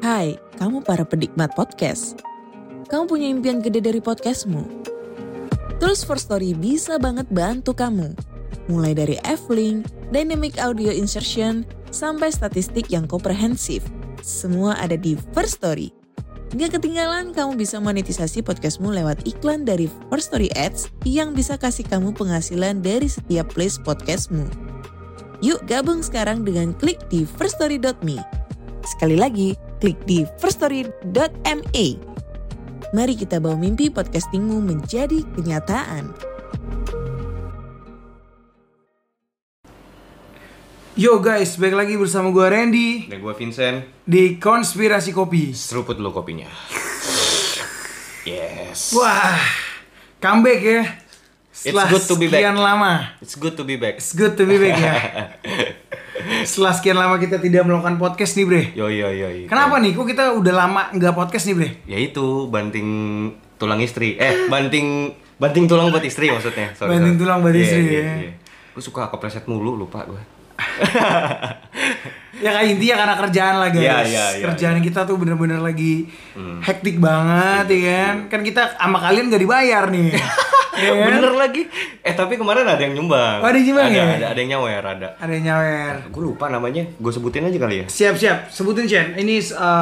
Hai, kamu para penikmat podcast. Kamu punya impian gede dari podcastmu? Tools for Story bisa banget bantu kamu. Mulai dari F-Link, Dynamic Audio Insertion, sampai statistik yang komprehensif. Semua ada di First Story. Gak ketinggalan kamu bisa monetisasi podcastmu lewat iklan dari First Story Ads yang bisa kasih kamu penghasilan dari setiap place podcastmu. Yuk gabung sekarang dengan klik di firststory.me. Sekali lagi, klik di firststory.me. Mari kita bawa mimpi podcastingmu menjadi kenyataan. Yo guys, balik lagi bersama gue Randy Dan gue Vincent di Konspirasi Kopi. Seruput dulu kopinya. Yes. Wah, comeback ya. Setelah good to be back. sekian lama. It's good to be back. It's good to be back ya. Setelah sekian lama kita tidak melakukan podcast nih bre. Yo. Kenapa nih? Kok kita udah lama nggak podcast nih bre? Ya itu banting tulang istri. Banting tulang buat istri maksudnya. Banting tulang buat istri ya. Gue suka kepleset mulu, lupa gue. Ya kayak intinya karena kerjaan lah guys. Iya. Kerjaan kita tuh bener-bener lagi hektik banget ya kan. Kan kita sama kalian gak dibayar nih. Ya kan? Bener lagi. Tapi kemarin ada yang nyumbang. Oh, ada yang nyumbang ya? Ada yang nyawer, ada. Ada yang nyawer. Gue lupa namanya. Gue sebutin aja kali ya. Siap. Sebutin Chen. Ini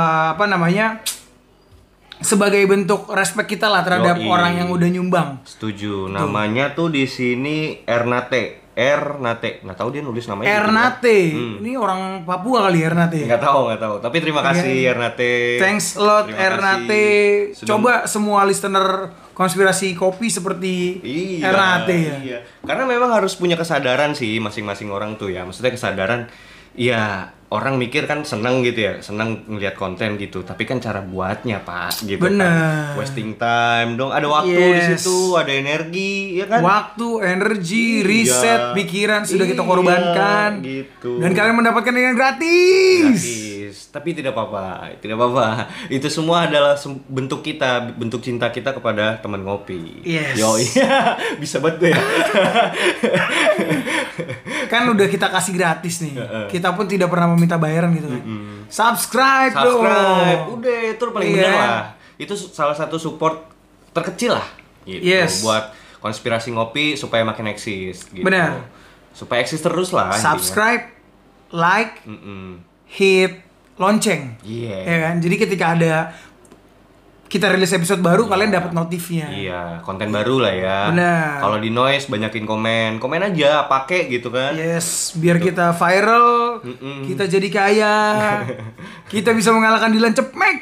sebagai bentuk respect kita lah terhadap orang yang udah nyumbang. Setuju. Namanya tuh di sini Ernate. Nggak tahu dia nulis namanya. Ernate. Ini orang Papua kali Ernate. Nggak tahu. Tapi terima kasih Ernate. Thanks a lot Ernate. Coba semua listener Konspirasi Kopi seperti Ernate ya. Iya. Karena memang harus punya kesadaran sih masing-masing orang tuh ya. Maksudnya kesadaran. Ya orang mikir kan seneng gitu ya, seneng ngeliat konten gitu. Tapi kan cara buatnya pak, gitu. Bener. Kan. Wasting time dong. Ada waktu di situ, ada energi, ya kan? Waktu, energi, riset, pikiran sudah kita korbankan. Gitu. Dan kalian mendapatkan dengan gratis. Tapi tidak apa-apa. Itu semua adalah bentuk cinta kita kepada teman ngopi. Yes. Yo, iya. Bisa banget gue ya. Kan udah kita kasih gratis nih. Kita pun tidak pernah meminta bayaran gitu kan. Subscribe dong. Udah, itu paling benar lah. Itu salah satu support terkecil lah gitu. Yes. Buat Konspirasi Ngopi supaya makin eksis gitu. Benar. Supaya eksis terus lah. Subscribe, like, hit lonceng. Iya. Ya kan? Jadi ketika ada kita rilis episode baru, kalian dapat notifnya. Iya, konten baru lah ya. Benar. Kalau di Noise banyakin komen aja, pakai gitu kan. Yes, biar kita viral, kita jadi kaya, kita bisa mengalahkan Dilan Cepmek.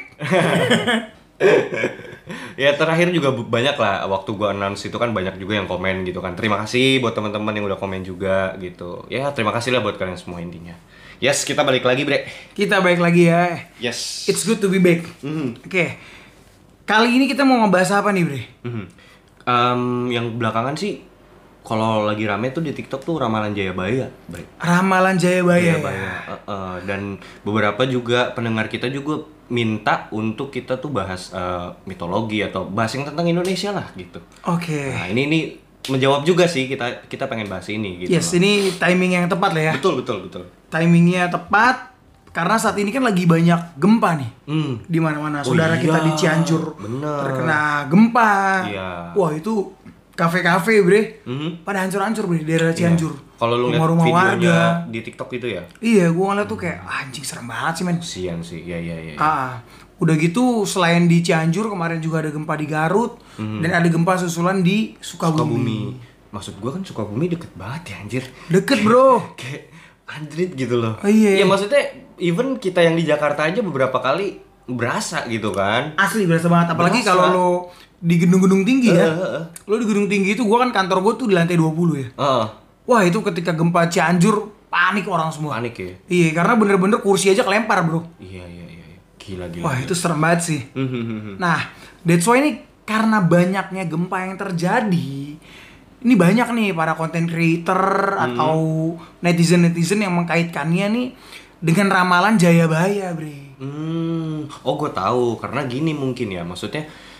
Ya terakhir juga banyak lah, waktu gua announce itu kan banyak juga yang komen gitu kan. Terima kasih buat teman-teman yang udah komen juga gitu. Ya terima kasih lah buat kalian semua intinya. Yes, kita balik lagi bre. Kita balik lagi ya. Yes. It's good to be back. Oke. Kali ini kita mau ngebahas apa nih bre? Yang belakangan sih kalau lagi rame tuh di TikTok tuh Ramalan Jayabaya, bre. Ramalan Jayabaya. Dan beberapa juga pendengar kita juga minta untuk kita tuh bahas mitologi atau bahas yang tentang Indonesia lah gitu. Oke. Nah ini menjawab juga sih, kita pengen bahas ini gitu. Yes, ini timing yang tepat lah ya. Betul. Timingnya tepat karena saat ini kan lagi banyak gempa nih. Di mana-mana saudara kita di Cianjur terkena gempa. Iya. Wah, itu kafe-kafe bre. Pada hancur-hancur bre daerah Cianjur. Kalau lu lihat videonya di TikTok itu ya? Iya, gua ngeliat tuh kayak anjing serem banget sih men. Kasian sih. Iya. Udah gitu selain di Cianjur kemarin juga ada gempa di Garut dan ada gempa susulan di Sukabumi. Maksud gua kan Sukabumi deket banget ya anjir. Deket bro. Kayak anjrit gitu loh. Oh, iya. Ya maksudnya even kita yang di Jakarta aja beberapa kali berasa gitu kan. Asli berasa banget. Apalagi kalau lo di gedung-gedung tinggi ya. Lo di gedung tinggi itu gua kan kantor gua tuh di lantai 20 ya. Wah itu ketika gempa Cianjur panik orang semua. Panik ya? Iya karena bener-bener kursi aja kelempar bro. Iya. Gila. Wah itu serem banget sih. Nah that's why ini karena banyaknya gempa yang terjadi. Ini banyak nih para content creator atau netizen yang mengkaitkannya nih dengan Ramalan Jayabaya bre. Oh gue tahu karena gini mungkin ya maksudnya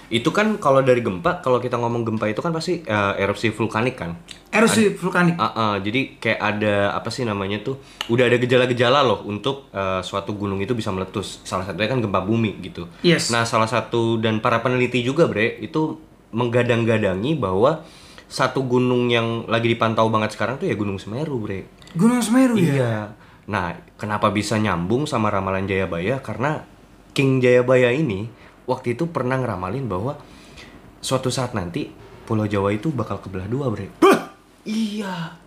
Itu kan kalau dari gempa, kalau kita ngomong gempa itu kan pasti erupsi vulkanik kan. Erupsi vulkanik. Jadi kayak ada apa sih namanya tuh, udah ada gejala-gejala loh untuk suatu gunung itu bisa meletus. Salah satunya kan gempa bumi gitu. Yes. Nah salah satu, dan para peneliti juga bre, itu menggadang-gadangi bahwa satu gunung yang lagi dipantau banget sekarang tuh ya Gunung Semeru bre. Gunung Semeru ya? Iya. Nah kenapa bisa nyambung sama ramalan Jayabaya? Karena King Jayabaya ini waktu itu pernah ngeramalin bahwa suatu saat nanti Pulau Jawa itu bakal kebelah dua bre. Iya.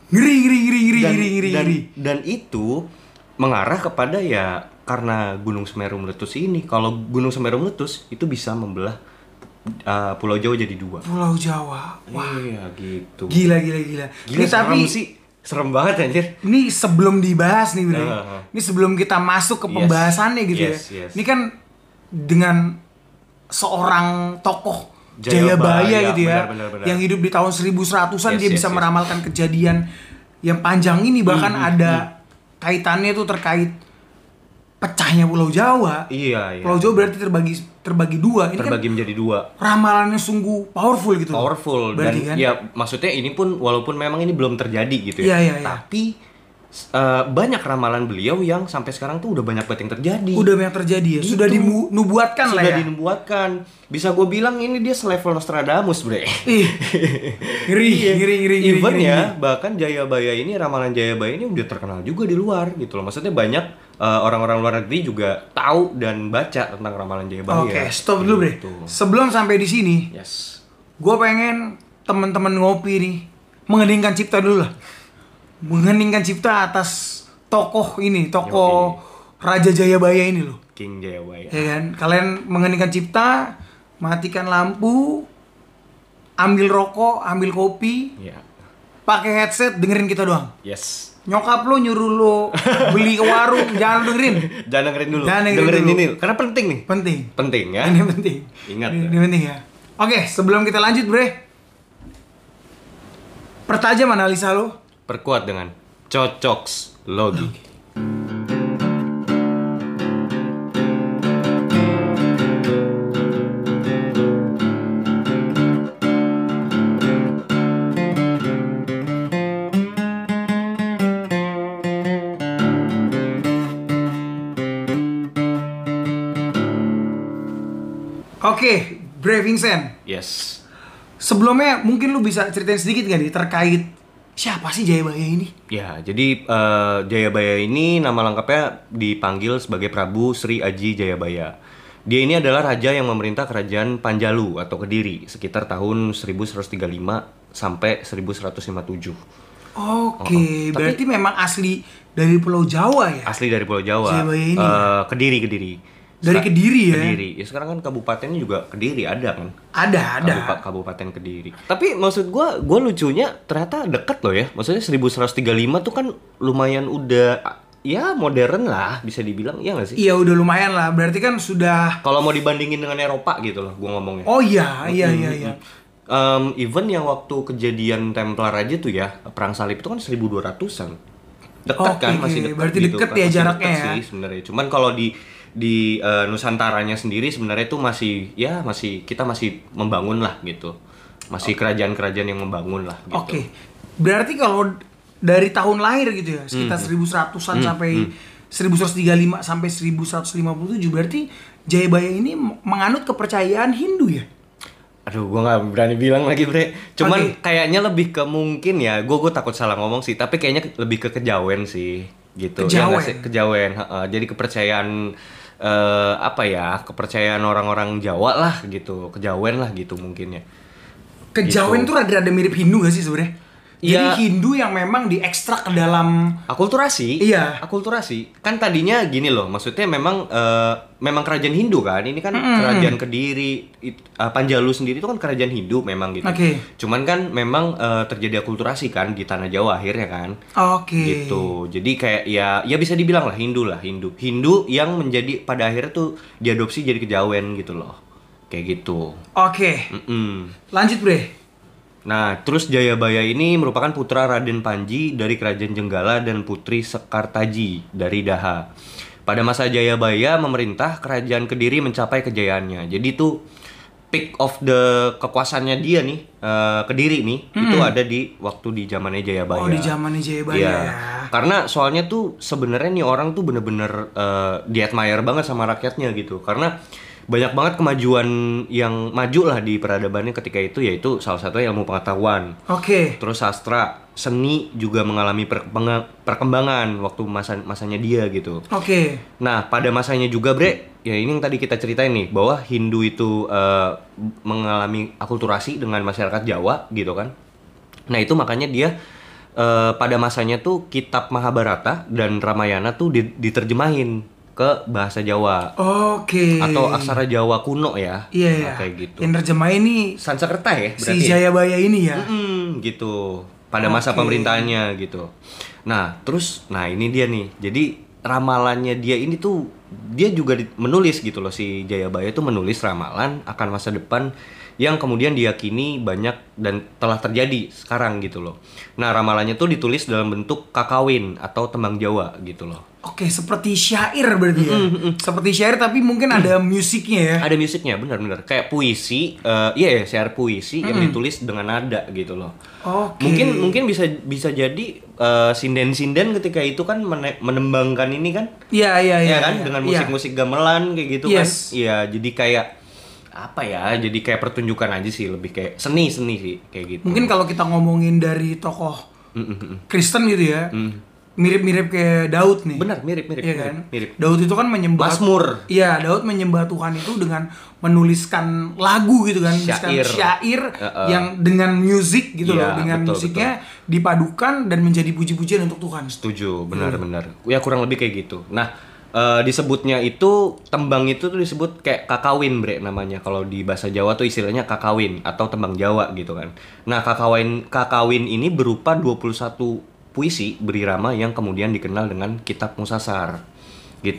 Ngeri. Dan itu mengarah kepada ya karena Gunung Semeru meletus ini. Kalau Gunung Semeru meletus itu bisa membelah Pulau Jawa jadi dua. Pulau Jawa. Wah. Iya gitu. Gila. Ini tapi sih serem banget anjir. Ini sebelum dibahas nih Bre. Ini sebelum kita masuk ke pembahasannya gitu ya. Ini kan dengan seorang tokoh Jayabaya gitu ya. Benar. Yang hidup di tahun 1100-an dia bisa meramalkan kejadian yang panjang ini, bahkan ada kaitannya tuh terkait pecahnya Pulau Jawa. Iya. Pulau Jawa berarti terbagi dua. Ini terbagi kan menjadi dua. Ramalannya sungguh powerful gitu. Powerful. Berarti Dan kan? ya maksudnya ini pun walaupun memang ini belum terjadi gitu ya. Iya. Tapi banyak ramalan beliau yang sampai sekarang tuh udah banyak banget yang terjadi. Udah banyak terjadi ya. Gitu. Sudah dinubuatkan lah ya. Sudah dinubuatkan. Bisa gue bilang ini dia selevel Nostradamus, bre. Ngeri. Even ya, bahkan Jayabaya ini, ramalan Jayabaya ini udah terkenal juga di luar gitu loh. Maksudnya banyak orang-orang luar negeri juga tahu dan baca tentang ramalan Jayabaya. Oke, stop dulu bre. Sebelum sampai di sini, gue pengen teman-teman ngopi nih mengeningkan cipta dulu lah. Mengeningkan cipta atas tokoh ini, tokoh Raja Jayabaya ini loh. King Jayabaya. Ya kan? Kalian mengeningkan cipta, matikan lampu, ambil rokok, ambil kopi, pakai headset, dengerin kita doang. Yes. Nyokap lo nyuruh lo beli ke warung, jangan dengerin. Jangan dengerin dulu. Jangan dengerin dulu. ini, karena penting nih. Penting ya. Ini penting. Ingat. Ini penting ya. Oke, sebelum kita lanjut bre, pertajam analisa lo. Perkuat dengan Cocoks Logi. Oke, Bre Vincent. Yes. Sebelumnya mungkin lu bisa ceritain sedikit gak nih terkait siapa sih Jayabaya ini? Ya, jadi Jayabaya ini nama lengkapnya dipanggil sebagai Prabu Sri Aji Jayabaya. Dia ini adalah raja yang memerintah kerajaan Panjalu atau Kediri sekitar tahun 1135 sampai 1157. Oke, berarti memang asli dari Pulau Jawa ya? Asli dari Pulau Jawa. Jayabaya ini Kediri. Dari Kediri ya? Kediri. Ya sekarang kan kabupatennya juga Kediri ada kan? Ada. Kabupaten Kediri. Tapi maksud gue lucunya ternyata deket loh ya. Maksudnya 1135 tuh kan lumayan udah ya modern lah bisa dibilang, iya nggak sih? Iya udah lumayan lah. Berarti kan sudah. Kalau mau dibandingin dengan Eropa gitu loh, gue ngomongnya. Oh iya. Even yang waktu kejadian Templar aja tuh ya, perang salib itu kan 1200-an. Dekat kan, masih dekat. Berarti gitu, deket kan. ya Masih jaraknya deket ya. Sih sebenarnya. Cuman kalau di Nusantaranya sendiri sebenarnya itu masih kita masih membangun lah gitu. Masih kerajaan-kerajaan yang membangun lah gitu. Oke. Berarti kalau dari tahun lahir gitu ya, sekitar 1100-an sampai 1135 sampai 1157 berarti Jayabaya ini menganut kepercayaan Hindu ya? Aduh, gue nggak berani bilang lagi bre. Cuman kayaknya lebih ke mungkin ya, gue takut salah ngomong sih. Tapi kayaknya lebih ke kejawen sih, gitu. Kejawen. Ya, kejawen. Jadi kepercayaan kepercayaan orang-orang Jawa lah gitu, kejawen lah gitu mungkin ya. Kejawen gitu. tuh rada-rada mirip Hindu gak sih sebenarnya? Iya. Jadi Hindu yang memang diekstrak ke dalam akulturasi. Iya. Akulturasi. Kan tadinya gini loh, maksudnya memang kerajaan Hindu kan. Ini kan kerajaan Kediri, Panjalu sendiri itu kan kerajaan Hindu memang gitu. Cuman kan memang terjadi akulturasi kan di tanah Jawa akhirnya kan. Gitu. Jadi kayak ya bisa dibilang lah Hindu. Hindu yang menjadi pada akhirnya tuh diadopsi jadi kejawen gitu loh. Kayak gitu. Lanjut bre. Nah, terus Jayabaya ini merupakan putra Raden Panji dari Kerajaan Jenggala dan Putri Sekartaji dari Daha. Pada masa Jayabaya memerintah, Kerajaan Kediri mencapai kejayaannya. Jadi tuh peak of the kekuasaannya dia nih, Kediri nih, itu ada di waktu di zamannya Jayabaya. Oh, di zamannya Jayabaya ya. ya. Karena soalnya tuh sebenarnya nih orang tuh bener-bener di-admire banget sama rakyatnya gitu. Karena banyak banget kemajuan yang maju lah di peradabannya ketika itu, yaitu salah satunya ilmu pengetahuan. Terus sastra, seni juga mengalami perkembangan waktu masanya dia gitu. Nah, pada masanya juga Bre, ya ini yang tadi kita ceritain nih, bahwa Hindu itu mengalami akulturasi dengan masyarakat Jawa gitu kan. Nah, itu makanya dia pada masanya tuh kitab Mahabharata dan Ramayana tuh diterjemahin ke bahasa Jawa. Atau aksara Jawa kuno ya. Iya. Kayak gitu. Yang terjemahin ini Sanskerta ya berarti. Si Jayabaya ini ya. Gitu. Pada masa pemerintahannya gitu. Nah, terus ini dia nih. Jadi ramalannya dia ini tuh dia juga menulis gitu loh, si Jayabaya itu menulis ramalan akan masa depan yang kemudian diyakini banyak dan telah terjadi sekarang gitu loh. Nah, ramalannya tuh ditulis dalam bentuk kakawin atau tembang Jawa gitu loh. Seperti syair berarti ya. Seperti syair tapi mungkin ada musiknya ya. Ada musiknya, benar-benar. Kayak puisi, syair puisi yang ditulis dengan nada gitu loh. Mungkin bisa jadi sinden-sinden ketika itu kan menembangkan ini kan. Iya kan dengan musik-musik gamelan kayak gitu kan. Iya, jadi kayak jadi kayak pertunjukan aja sih, lebih kayak seni sih kayak gitu. Mungkin kalau kita ngomongin dari tokoh Kristen gitu ya, mirip-mirip kayak Daud nih. Benar, mirip. Iya kan? Mirip. Daud itu kan menyembah Mazmur. Iya, Daud menyembah Tuhan itu dengan menuliskan lagu gitu kan, syair yang dengan musik gitu loh, dengan musiknya dipadukan dan menjadi puji-pujian untuk Tuhan. Setuju, benar. Ya kurang lebih kayak gitu. Nah, disebutnya itu tembang itu tuh disebut kayak kakawin Bre namanya. Kalau di bahasa Jawa tuh istilahnya kakawin atau tembang Jawa gitu kan. Nah, kakawin ini berupa 21 puisi berirama yang kemudian dikenal dengan kitab Musasar gitu.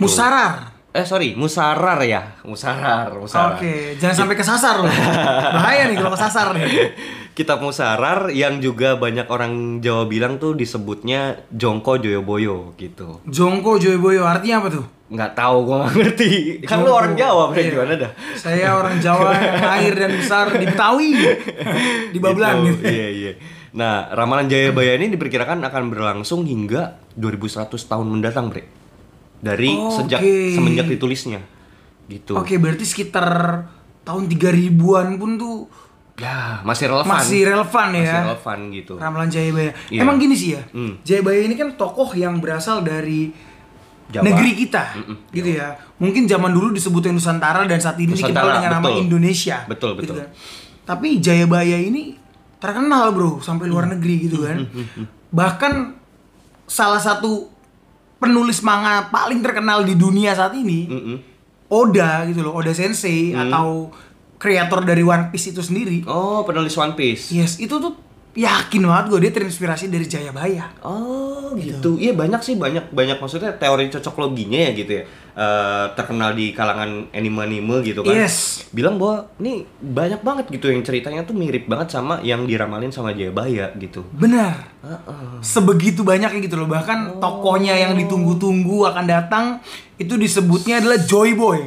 Musarar ya. Musarar. Jangan sampai kesasar loh. Bahaya nih kalau kesasar nih. Kitab Musarar yang juga banyak orang Jawa bilang tuh disebutnya Jongko Joyoboyo gitu. Jongko Joyoboyo artinya apa tuh? Nggak tahu, gue nggak ngerti. Kan lu orang Jawa, gimana dah? Saya orang Jawa yang lahir dan besar di Betawi, di Babelan gitu. Iya. Nah, ramalan Jayabaya ini diperkirakan akan berlangsung hingga 2100 tahun mendatang, Bre. Dari semenjak ditulisnya. Gitu. Berarti sekitar tahun 3000-an pun tuh ya, masih relevan ya. Masih relevan gitu. Ramalan Jayabaya. Iya. Emang gini sih ya. Jayabaya ini kan tokoh yang berasal dari Jawa. Negeri kita. Gitu ya. Mungkin zaman dulu disebutnya Nusantara dan saat ini dikenal dengan nama Indonesia. Betul. Gitu kan. Tapi Jayabaya ini terkenal bro sampai luar negeri gitu kan. Bahkan salah satu penulis manga paling terkenal di dunia saat ini, Oda gitu loh, Oda Sensei atau kreator dari One Piece itu sendiri. Penulis One Piece. Yes, itu tuh yakin banget gue dia terinspirasi dari Jayabaya. Gitu. Iya banyak maksudnya teori cocok loginya ya gitu ya. Terkenal di kalangan anime gitu kan. Yes. Bilang bahwa ini banyak banget gitu yang ceritanya tuh mirip banget sama yang diramalin sama Jayabaya gitu. Benar. Sebegitu banyaknya gitu loh. Bahkan tokonya yang ditunggu-tunggu akan datang itu disebutnya adalah Joy Boy.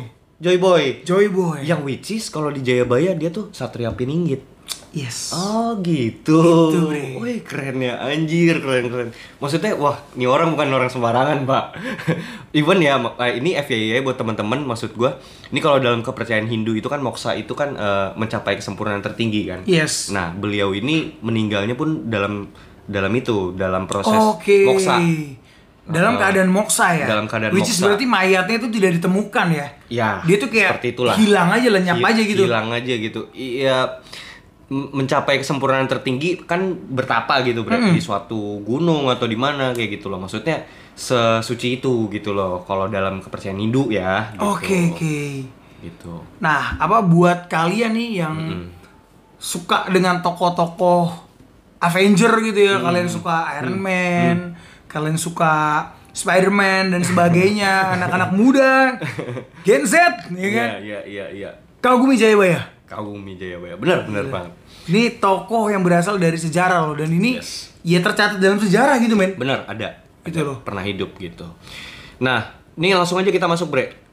Yang which is kalau di Jayabaya dia tuh Satria Piningit. Yes. Gitu. Wih, keren ya, anjir, keren. Maksudnya, wah, ini orang bukan orang sembarangan, Pak. Even ya, ini FYI buat teman-teman, maksud gue, ini kalau dalam kepercayaan Hindu itu kan moksa itu kan mencapai kesempurnaan tertinggi kan. Yes. Nah, beliau ini meninggalnya pun dalam proses moksa. Dalam keadaan moksa ya. Dalam keadaan which is berarti mayatnya itu tidak ditemukan ya. Ya. Dia tuh kayak hilang aja, lenyap aja gitu. Hilang aja gitu. Iya. Mencapai kesempurnaan tertinggi kan bertapa gitu berarti di suatu gunung atau di mana kayak gitu loh. Maksudnya sesuci itu gitu loh kalau dalam kepercayaan Hindu ya gitu. Oke. Gitu. Nah, apa buat kalian nih yang suka dengan tokoh-tokoh Avenger gitu ya, kalian suka Iron Man, kalian suka Spider-Man dan sebagainya, anak-anak muda, Gen Z, ya kan? Iya. Kagumi Jayabaya. Benar banget. Ini tokoh yang berasal dari sejarah loh, dan ini ya tercatat dalam sejarah gitu men. Benar, ada. Gitu loh. Pernah hidup gitu. Nah, ini langsung aja kita masuk Bre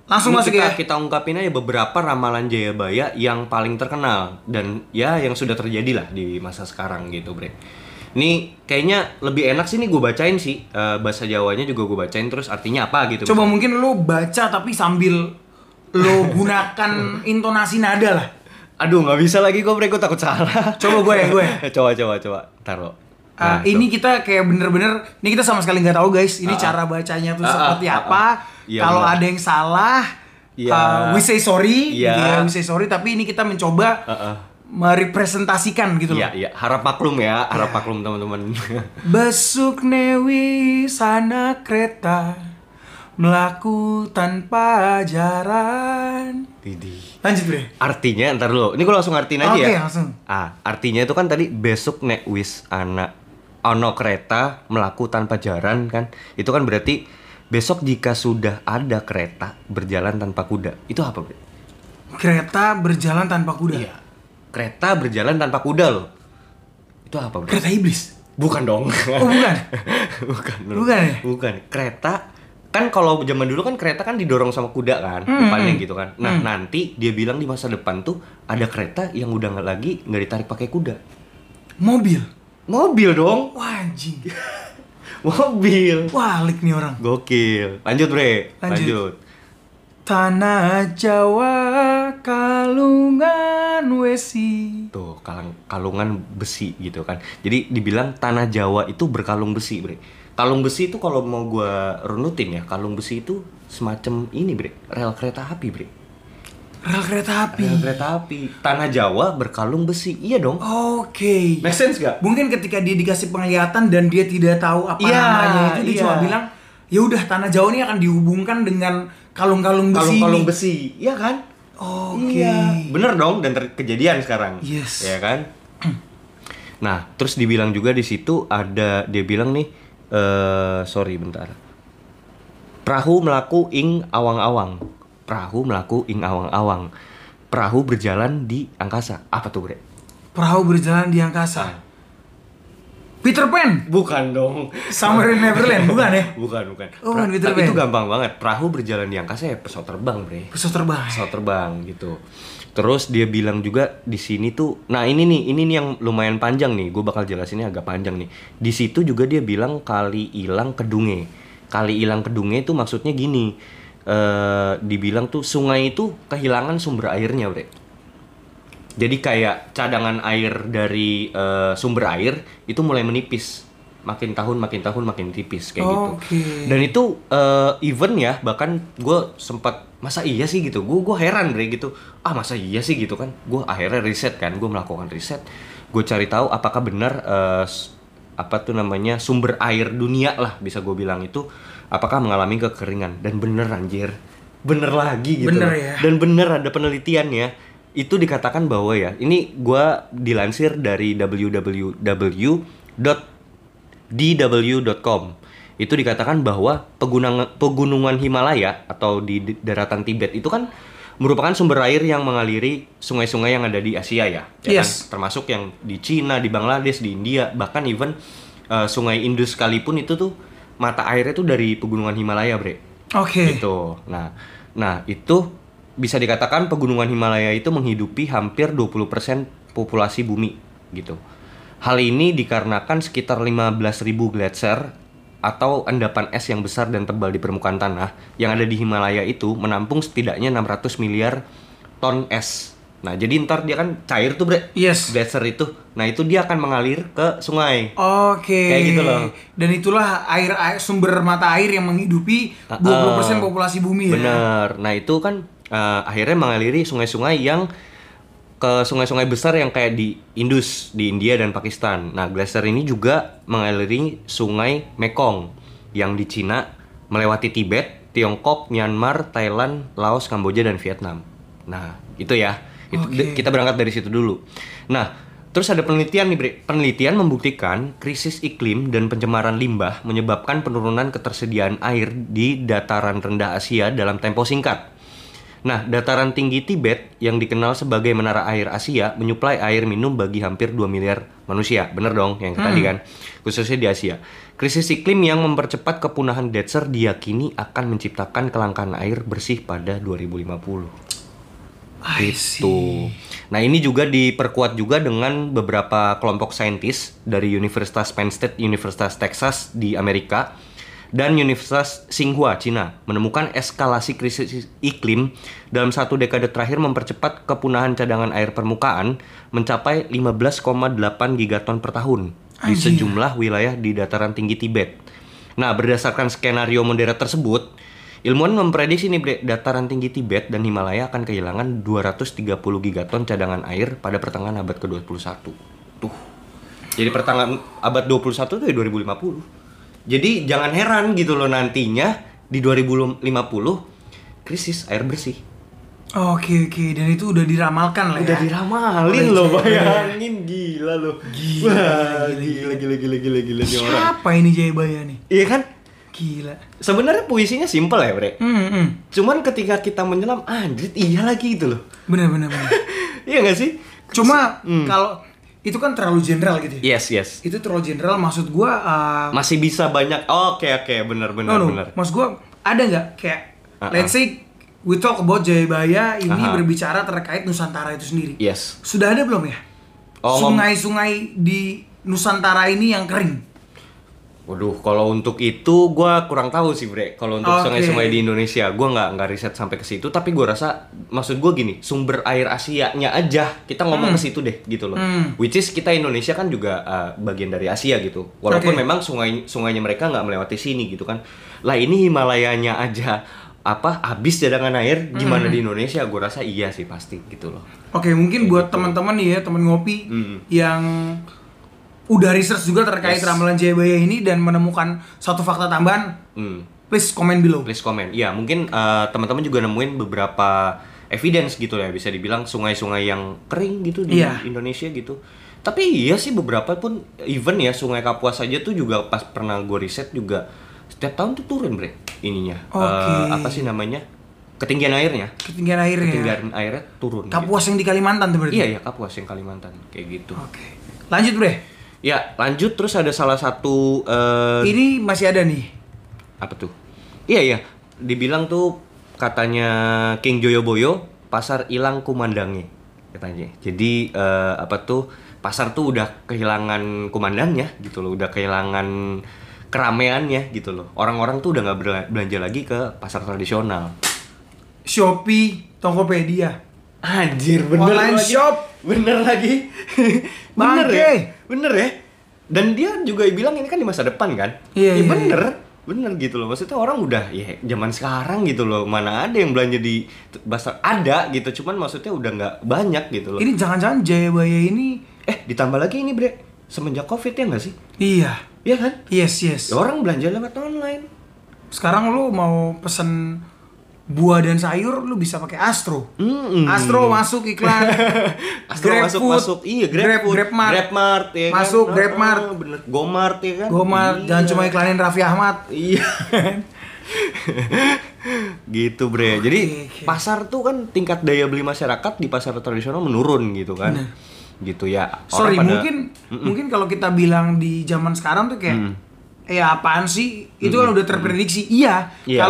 Langsung masuk ya. Kita ungkapin aja beberapa ramalan Jayabaya yang paling terkenal dan ya yang sudah terjadi lah di masa sekarang gitu, Bre. Ini kayaknya lebih enak sih nih gue bacain sih, bahasa Jawanya juga gue bacain terus artinya apa gitu. Coba mungkin lo baca tapi sambil lo gunakan intonasi nada lah. Aduh nggak bisa lagi gue takut salah. Coba gue. Coba taruh. Nah, ini kita kayak bener-bener, ini kita sama sekali nggak tahu guys, ini cara bacanya tuh seperti apa. Kalau ada yang salah, we say sorry, gitu ya, we say sorry. Tapi ini kita mencoba merepresentasikan gitu loh. Iya. Harap maklum teman-teman. Besuk newi sana kereta, melaku tanpa jaran. Lanjut Bre. Artinya ntar dulu. Ini gue langsung artiin aja ya. Oke, langsung. Artinya itu kan tadi besok nek wis anak ono kereta melaku tanpa jaran kan. Itu kan berarti besok jika sudah ada kereta berjalan tanpa kuda. Itu apa, Bre? Kereta berjalan tanpa kuda. Iya. Kereta berjalan tanpa kuda loh. Itu apa, Bre? Kereta iblis. Bukan dong. Oh, bukan. Bukan ya? Bukan. Kereta kan kalau zaman dulu kan kereta kan didorong sama kuda kan, depannya gitu kan. Nah, nanti dia bilang di masa depan tuh ada kereta yang udah nggak ditarik pakai kuda. Mobil dong. Wah, anjing. Mobil. Walik nih orang. Gokil. Lanjut, Bre. Lanjut. Tanah Jawa kalungan wesi. Tuh, kalungan besi gitu kan. Jadi dibilang tanah Jawa itu berkalung besi, Bre. Kalung besi itu kalau mau gue runutin ya, kalung besi itu semacam ini, Bre. Rel kereta api, Bre. Rel kereta api. Tanah Jawa berkalung besi. Iya dong. Oke. Make sense gak? Mungkin ketika dia dikasih penglihatan dan dia tidak tahu apa namanya itu, dia cuma bilang, ya udah tanah Jawa ini akan dihubungkan dengan kalung-kalung besi. Kalung-kalung besi. Iya kan? Oke. Iya. Bener dong, dan kejadian sekarang. Yes. Ya kan? Nah, terus dibilang juga di situ ada, dia bilang nih, sorry bentar. Perahu melaku ing awang-awang. Perahu berjalan di angkasa. Apa tuh, Bre? Perahu berjalan di angkasa. Peter Pan? Bukan dong. Summer in Neverland, bukan ya? Bukan. Oh, Peter Pan. Itu gampang banget. Perahu berjalan di angkasa ya pesawat terbang, Bre. Pesawat terbang gitu. Terus dia bilang juga di sini tuh, nah ini nih yang lumayan panjang nih. Gue bakal jelasinnya agak panjang nih. Di situ juga dia bilang kali ilang kedunge. Kali ilang kedunge itu maksudnya gini. Dibilang tuh sungai itu kehilangan sumber airnya, Bre. Jadi kayak cadangan air dari sumber air itu mulai menipis. Makin tahun makin tipis kayak gitu. Dan itu even ya, bahkan gue sempat masa iya sih gitu. Gue heran, Bre, gitu. Masa iya sih gitu kan. Gue akhirnya riset kan, gue melakukan riset. Gue cari tahu apakah benar sumber air dunia lah bisa gue bilang itu apakah mengalami kekeringan, dan bener anjir. Bener lagi gitu. Bener ya. Dan bener ada penelitiannya. Itu dikatakan bahwa ya, ini gue dilansir dari www.dw.com. Itu dikatakan bahwa pegunungan Himalaya atau di daratan Tibet itu kan merupakan sumber air yang mengaliri sungai-sungai yang ada di Asia ya. Yes. Kan? Termasuk yang di Cina, di Bangladesh, di India, bahkan even sungai Indus sekalipun itu tuh mata airnya tuh dari pegunungan Himalaya, Bre. Oke. Gitu. Nah, itu bisa dikatakan pegunungan Himalaya itu menghidupi hampir 20% populasi bumi gitu. Hal ini dikarenakan sekitar 15.000 gletser atau endapan es yang besar dan tebal di permukaan tanah yang ada di Himalaya itu menampung setidaknya 600 miliar ton es. Nah, jadi ntar dia kan cair tuh, Bre. Yes. Gletser itu. Nah, itu dia akan mengalir ke sungai. Oke. Kayak gitu loh. Dan itulah air sumber mata air yang menghidupi 20% populasi bumi ya. Bener. Nah, itu kan akhirnya mengaliri sungai-sungai yang ke sungai-sungai besar yang kayak di Indus, di India dan Pakistan. Nah, gletser ini juga mengaliri sungai Mekong yang di Cina, melewati Tibet, Tiongkok, Myanmar, Thailand, Laos, Kamboja, dan Vietnam. Nah, itu ya. Kita berangkat dari situ dulu. Nah, terus ada penelitian nih, Bre. Penelitian membuktikan krisis iklim dan pencemaran limbah menyebabkan penurunan ketersediaan air di dataran rendah Asia dalam tempo singkat. Nah, dataran tinggi Tibet yang dikenal sebagai menara air Asia menyuplai air minum bagi hampir 2 miliar manusia. Bener dong yang tadi kan, khususnya di Asia. Krisis iklim yang mempercepat kepunahan Desert diyakini akan menciptakan kelangkaan air bersih pada 2050. Itu. Nah, ini juga diperkuat juga dengan beberapa kelompok saintis dari Universitas Penn State, Universitas Texas di Amerika, dan Universitas Tsinghua, Cina, menemukan eskalasi krisis iklim dalam 1 dekade terakhir mempercepat kepunahan cadangan air permukaan mencapai 15,8 gigaton per tahun di sejumlah wilayah di dataran tinggi Tibet. Nah, berdasarkan skenario moderat tersebut, ilmuwan memprediksi nih, dataran tinggi Tibet dan Himalaya akan kehilangan 230 gigaton cadangan air pada pertengahan abad ke-21. Tuh. Jadi pertengahan abad 21 itu ya 2050. Jadi jangan heran gitu loh nantinya di 2050 krisis air bersih. Oke, dan itu udah diramalkan lah ya. Udah diramalin loh, bayangin, gila loh. Gila nih orang. Siapa ini Jayabaya nih? Iya kan? Gila. Sebenarnya puisinya simpel ya, Bre. Cuman ketika kita menyelam, anjir iya lagi gitu loh. Bener. Iya gak sih? Cuma kalau itu kan terlalu general gitu ya. Yes. Itu terlalu general, maksud gua masih bisa banyak. Oke, benar. Maksud gua ada nggak kayak let's say we talk about Jayabaya ini berbicara terkait Nusantara itu sendiri. Yes. Sudah ada belum ya? Sungai-sungai di Nusantara ini yang kering. Waduh, kalau untuk itu gue kurang tahu sih, Bre. Kalau untuk sungai-sungai di Indonesia, gue nggak riset sampai ke situ. Tapi gue rasa, maksud gue gini, sumber air Asia-nya aja kita ngomong ke situ deh, gitu loh. Which is kita Indonesia kan juga bagian dari Asia gitu. Walaupun memang sungainya mereka nggak melewati sini gitu kan. Lah ini Himalayanya aja habis cadangan air, gimana di Indonesia? Gue rasa iya sih pasti gitu loh. Oke, mungkin buat teman-teman nih ya, teman ngopi yang udah research juga terkait ramalan Jayabaya ini dan menemukan satu fakta tambahan, please comment below. Please comment. Ya, mungkin teman-teman juga nemuin beberapa evidence gitu ya, bisa dibilang sungai-sungai yang kering gitu di Indonesia gitu. Tapi iya sih beberapa pun, even ya Sungai Kapuas aja tuh juga pas pernah gue riset juga setiap tahun tuh turun, Bre, ininya. Apa sih namanya? Ketinggian airnya airnya turun. Kapuas gitu. Yang di Kalimantan tuh berarti? Iya, Kapuas yang Kalimantan, kayak gitu. Oke. Lanjut, Bre. Ya, lanjut terus ada salah satu ini masih ada nih. Apa tuh? Iya, dibilang tuh katanya King Joyoboyo, pasar ilang kumandangnya katanya. Jadi pasar tuh udah kehilangan kumandangnya gitu loh, udah kehilangan keramaiannya gitu loh. Orang-orang tuh udah nggak belanja lagi ke pasar tradisional. Shopee, Tokopedia. Anjir, bener online lagi. Shop. Bener lagi. Bener ya. Dan dia juga bilang ini kan di masa depan kan. Iya. Bener gitu loh. Maksudnya orang udah ya zaman sekarang gitu loh. Mana ada yang belanja di pasar, ada gitu. Cuman maksudnya udah nggak banyak gitu loh. Ini jangan-jangan Jayabaya ini ditambah lagi ini, Bre, semenjak Covid ya nggak sih? Iya kan? Yes. Ya, orang belanja lewat online. Sekarang lu mau pesen buah dan sayur lu bisa pakai Astro. Astro masuk iklan. Astro masuk. Iya, GrabMart ya kan? Masuk GrabMart. Bener. GoMart ya kan? GoMart, iya. Jangan cuma iklanin Raffi Ahmad. Iya. Gitu, Bre. Jadi pasar tuh kan tingkat daya beli masyarakat di pasar tradisional menurun gitu kan. Gitu ya. Sorry, mungkin kalau kita bilang di zaman sekarang tuh kayak apaan sih? Itu kan udah terprediksi. Iya.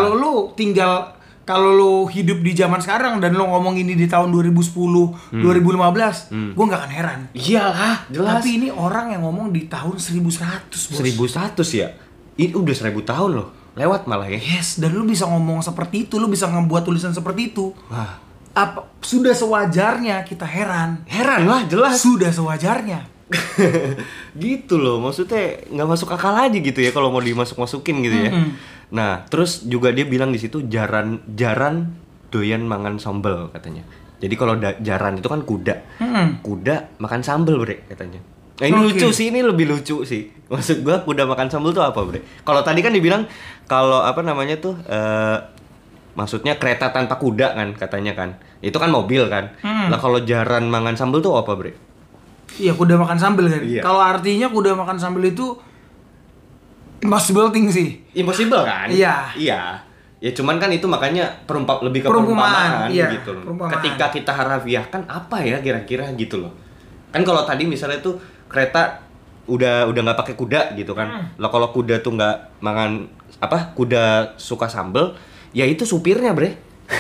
Kalau lo hidup di zaman sekarang dan lo ngomong ini di tahun 2010, 2015, gue gak akan heran. Iyalah, jelas. Tapi ini orang yang ngomong di tahun 1100, bos. 1100 ya? Ini udah 1000 tahun loh. Lewat malah ya. Yes, dan lo bisa ngomong seperti itu, lo bisa ngebuat tulisan seperti itu. Wah. Sudah sewajarnya kita heran. Heran lah, jelas. Sudah sewajarnya. Gitu loh, maksudnya nggak masuk akal aja gitu ya kalau mau dimasuk-masukin gitu ya. Nah, terus juga dia bilang di situ jaran doyan mangan sambel katanya. Jadi kalau jaran itu kan kuda. Kuda makan sambel, Bre, katanya. Nah, ini lucu sih, ini lebih lucu sih. Maksud gua kuda makan sambel tuh apa, Bre? Kalau tadi kan dibilang kalau maksudnya kereta tanpa kuda kan katanya kan. Itu kan mobil kan. Lah kalau jaran mangan sambel tuh apa, Bre? Iya, kuda makan sambal kan. Iya. Kalau artinya kuda makan sambal itu impossible thing sih. Impossible kan? Iya. Ya Ya cuman kan itu makanya lebih ke perumpamaan gitu loh. Ketika kita harafiahkan apa ya kira-kira gitu loh. Kan kalau tadi misalnya tuh kereta udah nggak pakai kuda gitu kan. Lah kalau kuda tuh nggak makan kuda suka sambel, ya itu supirnya, Bre.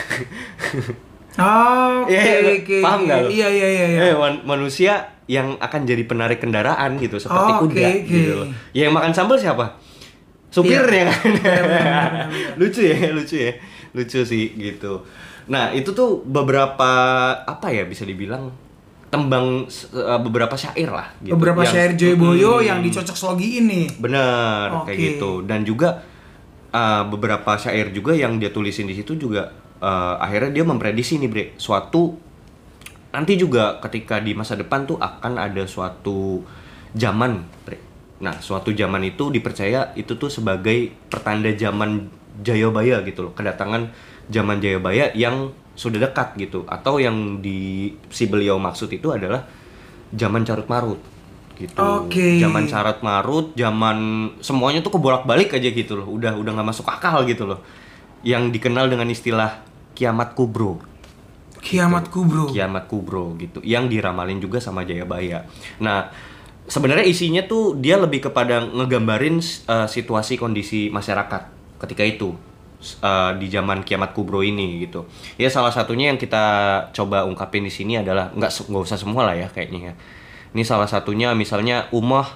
Oke. Paham nggak lo? Iya. Manusia yang akan jadi penarik kendaraan gitu seperti kuda gitu loh. Yang makan sambal siapa? Supirnya kan. Lucu sih gitu. Nah itu tuh beberapa bisa dibilang tembang beberapa syair lah gitu. Beberapa syair Joyoboyo yang dicocok slogi ini. Bener kayak gitu. Dan juga beberapa syair juga yang dia tulisin di situ juga akhirnya dia memprediksi nih, Bre, suatu nanti juga ketika di masa depan tuh akan ada suatu zaman, Bre. Nah, suatu zaman itu dipercaya itu tuh sebagai pertanda zaman Jayabaya gitu loh. Kedatangan zaman Jayabaya yang sudah dekat gitu. Atau yang si beliau maksud itu adalah zaman carut marut gitu. Zaman carut marut, zaman semuanya tuh kebolak-balik aja gitu loh. Udah nggak masuk akal gitu loh. Yang dikenal dengan istilah kiamat kubro. Kiamat kubro gitu. Yang diramalin juga sama Jayabaya. Nah, sebenarnya isinya tuh dia lebih kepada ngegambarin situasi kondisi masyarakat ketika itu di zaman kiamat kubro ini gitu. Ya salah satunya yang kita coba ungkapin di sini adalah nggak usah semua lah ya kayaknya ya. Ini salah satunya misalnya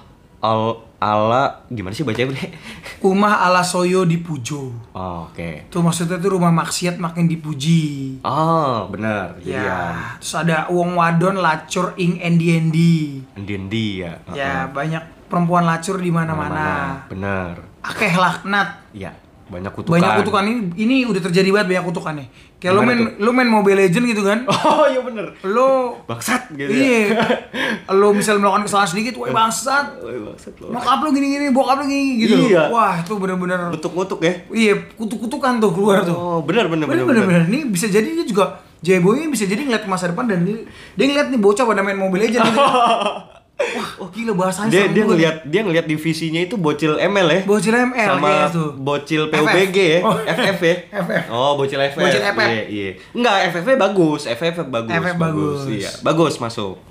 ala gimana sih bacanya, Bre? Umah ala soyo dipujo. Oke. Tuh maksudnya tuh rumah maksiat makin dipuji. Benar. Ya. Terus ada wong wadon lacur ing endi ya. Ya, banyak perempuan lacur di mana-mana. Benar. Akeh laknat. Ya, banyak kutukan. Ini udah terjadi banget banyak kutukannya. Kayak lu main Mobile Legend gitu kan? Oh iya bener. Lo bangsat gitu. Iya. Lo misal melakukan kesalahan sedikit, woi bangsat. Bokap lo gini-gini, bokap lo gini gitu. Iya. Wah, itu benar-benar kutuk-kutuk ya. Iya, kutuk-kutukan tuh keluar tuh. Oh, benar. Ini bisa jadi dia juga Jayboy bisa jadi ngeliat masa depan dan dia ngeliat nih bocah pada main Mobile Legend gitu. Wah, gila bahasanya dia ngeliat divisinya itu bocil ML ya. Bocil ML sama bocil PUBG ya. FF ya. Oh, bocil FF. Bocil FF. Iya. Enggak, FF bagus. FF bagus. Iya, bagus masuk.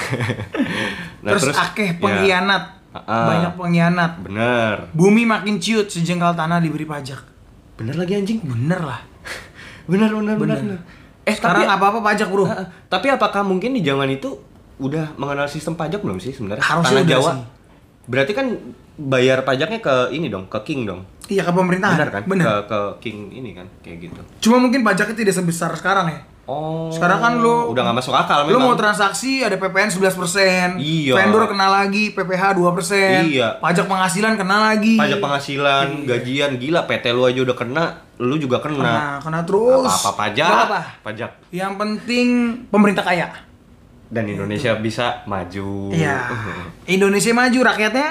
Nah, terus akeh pengkhianat. Banyak pengkhianat. Bener. Bumi makin ciut sejengkal tanah diberi pajak. Bener lagi anjing. Bener lah. Bener. Sekarang apa-apa pajak, Bro. Tapi apakah mungkin di zaman itu udah mengenal sistem pajak belum sih sebenarnya? Harusnya Tanah Jawa. Sih. Berarti kan bayar pajaknya ke ini dong, ke King dong. Iya, ke pemerintahan. Benar kan? Bener. Ke King ini kan, kayak gitu. Cuma mungkin pajaknya tidak sebesar sekarang ya. Oh. Sekarang kan lo udah nggak masuk akal memang. Lo mau transaksi ada PPN 11%. Iya. Vendor kena lagi, PPh 2%. Iya. Pajak penghasilan kena lagi. Pajak penghasilan, gajian gila, PT lu aja udah kena, lu juga kena. Kena terus. Apa pajak? Apa? Pajak. Yang penting pemerintah kaya. Dan Indonesia bisa maju. Iya. Indonesia maju, rakyatnya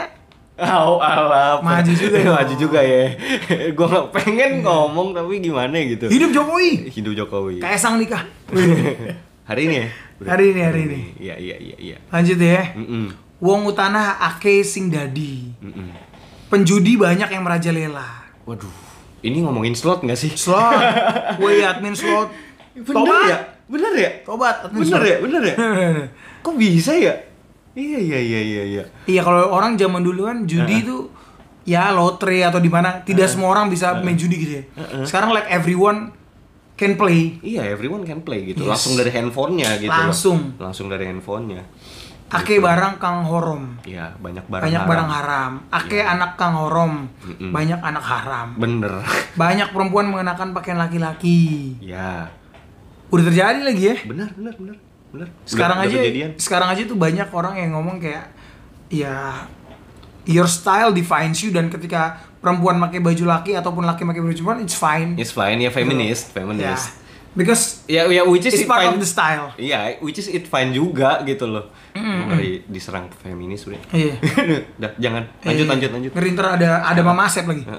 maju juga ya. Maju juga ya. Gua nggak pengen ngomong tapi gimana gitu. Hidup Jokowi. Kaisang nikah. Hari ini ya. Hari ini. Iya. Lanjut ya. Wong utana ake sing dadi. Penjudi banyak yang merajalela. Waduh. Ini ngomongin slot nggak sih? Slot. Woi, admin slot. Bener ya? Tobat. Bener ya? Kok bisa ya? Iya. Iya, kalau orang zaman dulu kan judi itu ya lotre atau di mana tidak semua orang bisa main judi gitu ya. Sekarang like everyone can play. Iya, everyone can play gitu. Yes. Langsung dari handphonenya gitu. Langsung dari handphonenya. Ake barang kang horom. Iya, banyak barang haram. Ake anak kang horom. Banyak anak haram. Bener. Banyak perempuan mengenakan pakaian laki-laki. Iya. Udah terjadi lagi ya? Bener. Sekarang aja tuh banyak orang yang ngomong kayak ya your style defines you, dan ketika perempuan pakai baju laki ataupun laki pakai baju perempuan it's fine ya, feminist. Yeah. Because ya which is it's part of the style. Iya, which is it fine juga gitu loh. Ngeri diserang feminis udah. Iya. Udah, jangan. Lanjut. Ngeri ntar ada Mama Asep lagi.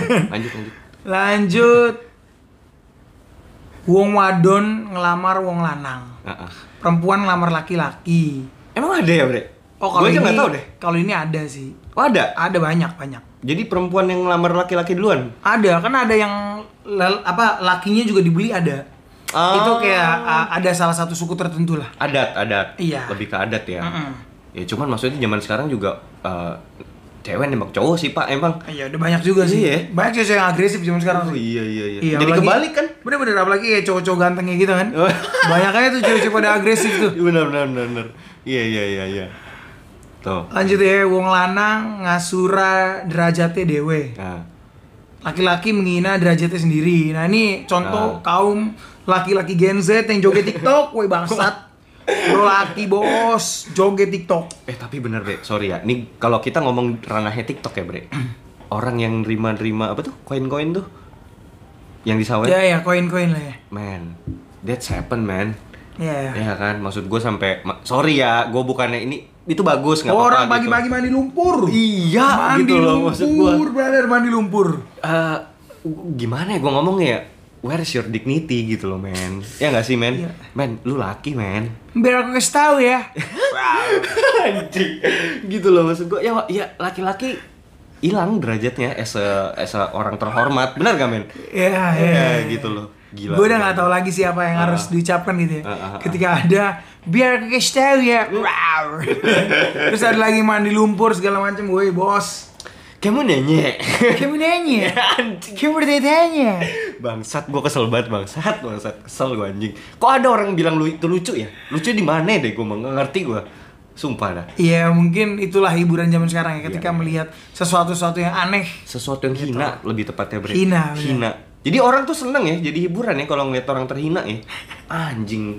Lanjut. Wong wadon ngelamar wong lanang. Perempuan ngelamar laki-laki. Emang ada ya, Bre? Oh, kalau ini nggak tahu deh. Kalau ini ada sih. Oh, ada? Ada banyak. Jadi perempuan yang ngelamar laki-laki duluan? Ada, kan ada yang lakinya juga dibeli ada. Itu kayak ada salah satu suku tertentu lah. Adat. Iya. Lebih ke adat ya. Ya cuman maksudnya zaman sekarang juga cewek nembak cowok sih Pak emang. Iya, udah banyak juga sih. Iya. Banyak cewek yang agresif zaman sekarang. Oh, iya. Iya, Jadi kebalik kan? Bener-bener, apalagi kayak cowok-cowok gantengnya gitu kan. Banyak aja tuh cewek-cewek pada agresif tuh. Bener. Iya. Tuh. Lanjut ya, wong lanang ngasura derajatnya dewe. Nah. Laki-laki menghina derajatnya sendiri. Nah ini contoh kaum laki-laki Gen Z yang joget TikTok, woi bangsat. Bro laki bos, joget TikTok. Tapi bener Bre, sorry ya. Nih kalau kita ngomong ranahnya TikTok ya Bre. Orang yang nerima apa tuh? Koin-koin tuh. Yang disawet. Ya, koin-koin lah ya. Man, that's happen man. Iya. Ya kan, maksud gue sampai sorry ya, gue bukannya itu bagus nggak apa-apa. Orang pagi-pagi mandi lumpur. Iya, mandi gitu loh lumpur, maksud gue. Brother, mandi lumpur. Gimana ya gue ngomongnya ya? Where's your dignity gitu loh men. Ya nggak sih men? Iya. Men, lu laki men. Biar aku kasih tahu ya. Anjing. Gitu loh maksud gue. Ya laki-laki hilang derajatnya as a orang terhormat. Benar gak men? Iya. Gitu loh. Gila. Gue udah nggak tahu lagi siapa yang harus diucapkan gitu ya. Ketika ada biar aku kasih tahu ya. Terus ada lagi mandi lumpur segala macam, gue bos. Kamu nanya. Kamu bertanya. Bangsat, gue kesel banget bangsat. Kesel gue anjing. Kok ada orang bilang lu itu lucu ya? Lucu di mana deh, gue nggak ngerti gue. Sumpah dah. Iya, mungkin itulah hiburan zaman sekarang ya, ketika melihat sesuatu yang aneh, sesuatu yang hina gitu. Lebih tepatnya Bre. Hina. Jadi orang tuh seneng ya, jadi hiburan ya kalau ngeliat orang terhina ya. Anjing,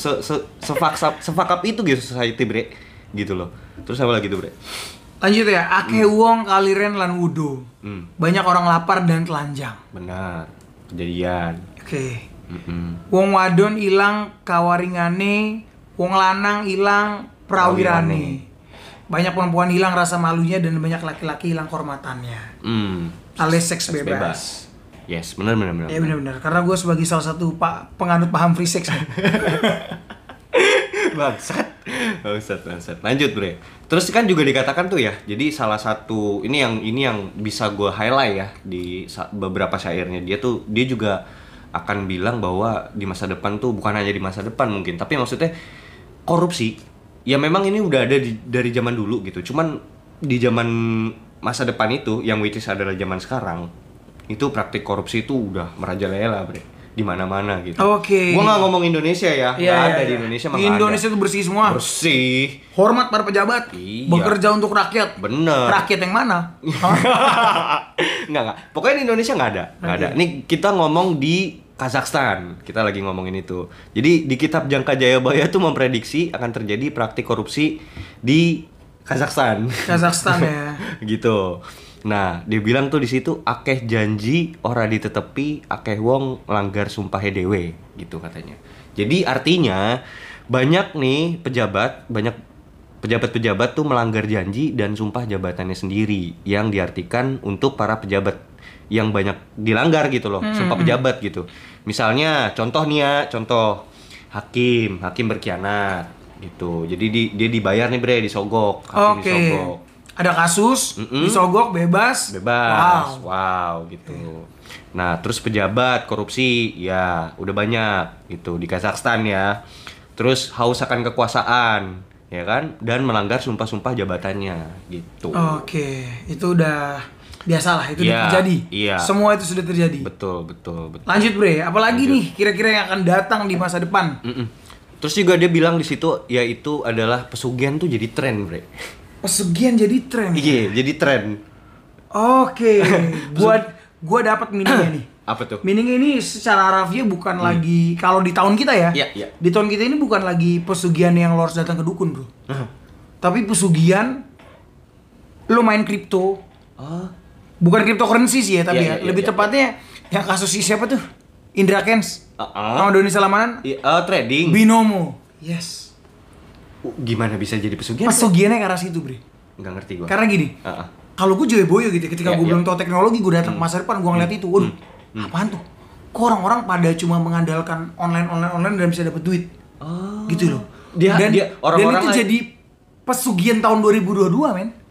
sefakap itu gitu society Bre. Gitu loh. Terus apa lagi tuh Bre? Lanjut ya, akeh wong kaliren lan wudo. Banyak orang lapar dan telanjang. Benar, kejadian. Oke. Wong wadon ilang kawaringane, wong lanang ilang prawirane. Banyak perempuan hilang rasa malunya dan banyak laki-laki hilang kehormatannya. Alias seks bebas. Yes, benar. Ya benar. Karena gue sebagai salah satu penganut paham free sex. Bangsat. Lanjut Bre. Terus kan juga dikatakan tuh ya. Jadi salah satu ini yang bisa gue highlight ya di beberapa syairnya. Dia juga akan bilang bahwa di masa depan tuh bukan hanya di masa depan mungkin, tapi maksudnya korupsi ya memang ini udah ada dari zaman dulu gitu. Cuman di zaman masa depan itu yang which is adalah zaman sekarang, itu praktik korupsi itu udah merajalela Bre. Di mana-mana gitu. Oke. Gua nggak ngomong Indonesia ya. Nggak ada di Indonesia mah. Indonesia tuh bersih semua. Bersih. Hormat para pejabat. Iya. Bekerja untuk rakyat. Bener. Rakyat yang mana? Nggak. Pokoknya di Indonesia nggak ada. Nggak ada. Nih kita ngomong di Kazakhstan. Kita lagi ngomongin itu. Jadi di kitab Jangka Jayabaya tuh memprediksi akan terjadi praktik korupsi di Kazakhstan. Ya. Gitu. Nah, dia bilang tuh di situ akeh janji ora ditetepi, akeh wong langgar sumpahe dewe, gitu katanya. Jadi artinya banyak nih pejabat tuh melanggar janji dan sumpah jabatannya sendiri yang diartikan untuk para pejabat yang banyak dilanggar gitu loh, sumpah pejabat gitu. Misalnya contoh hakim berkhianat gitu. Jadi dia dibayar nih Bre, disogok, hakim disogok. Ada kasus, disogok, bebas. Wow gitu. Nah, terus pejabat korupsi, ya udah banyak gitu di Kazakhstan ya. Terus haus akan kekuasaan, ya kan? Dan melanggar sumpah-sumpah jabatannya gitu. Oke, itu udah biasalah, itu udah terjadi. Iya. Semua itu sudah terjadi. Betul. Lanjut Bre, apalagi nih kira-kira yang akan datang di masa depan? Terus juga dia bilang di situ, yaitu adalah pesugihan tuh jadi tren Bre. Pesugihan jadi tren. Iya, jadi tren. Oke. Gua dapat meaningnya nih. Apa tuh? Meaning ini secara harafiah bukan lagi kalau di tahun kita ya. Iya. Di tahun kita ini bukan lagi pesugihan yang lo harus datang ke dukun, Bro. Tapi pesugihan lo main kripto. Bukan cryptocurrency sih ya, tapi lebih tepatnya yang kasus siapa tuh? Indra Kents. Sama Doni Salamanan. Trading. Binomo. Yes. Gimana bisa jadi pesugihan? Pesugihannya ke arah situ, Bre. Nggak ngerti gua. Karena gini, kalau gue boyo gitu, ketika gue belum tahu teknologi, gue datang ke masa depan, gue ngeliat itu, waduh, apaan tuh? Kok orang-orang pada cuma mengandalkan online dan bisa dapet duit, gitu loh. Dan itu jadi pesugihan tahun 2022, men.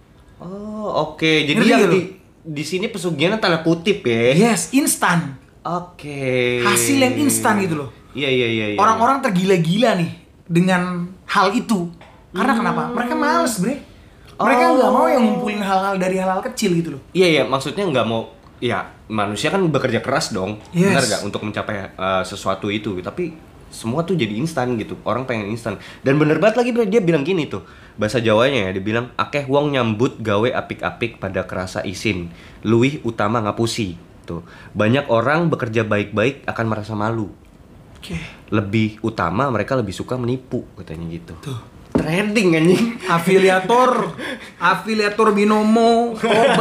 Oh, oke. Jadi yang di sini pesugihan tanda kutip ya. Yes, instan. Oke. Hasil yang instan gitu loh. Iya. Orang-orang tergila-gila nih dengan hal itu. Karena kenapa? Mereka males, Bre. Mereka nggak mau yang ngumpulin hal-hal dari hal-hal kecil gitu loh. Iya, maksudnya nggak mau. Ya, manusia kan bekerja keras dong. Yes. Benar nggak? Untuk mencapai sesuatu itu. Tapi semua tuh jadi instan gitu. Orang pengen instan. Dan bener banget lagi, Bre. Dia bilang gini tuh. Bahasa Jawanya ya, dia bilang akeh wong nyambut gawe apik-apik pada kerasa isin. Luwih utama ngapusi. Tuh. Banyak orang bekerja baik-baik akan merasa malu. Oke. Lebih utama mereka lebih suka menipu katanya gitu. Tuh. Trading anjing. Afiliator binomo,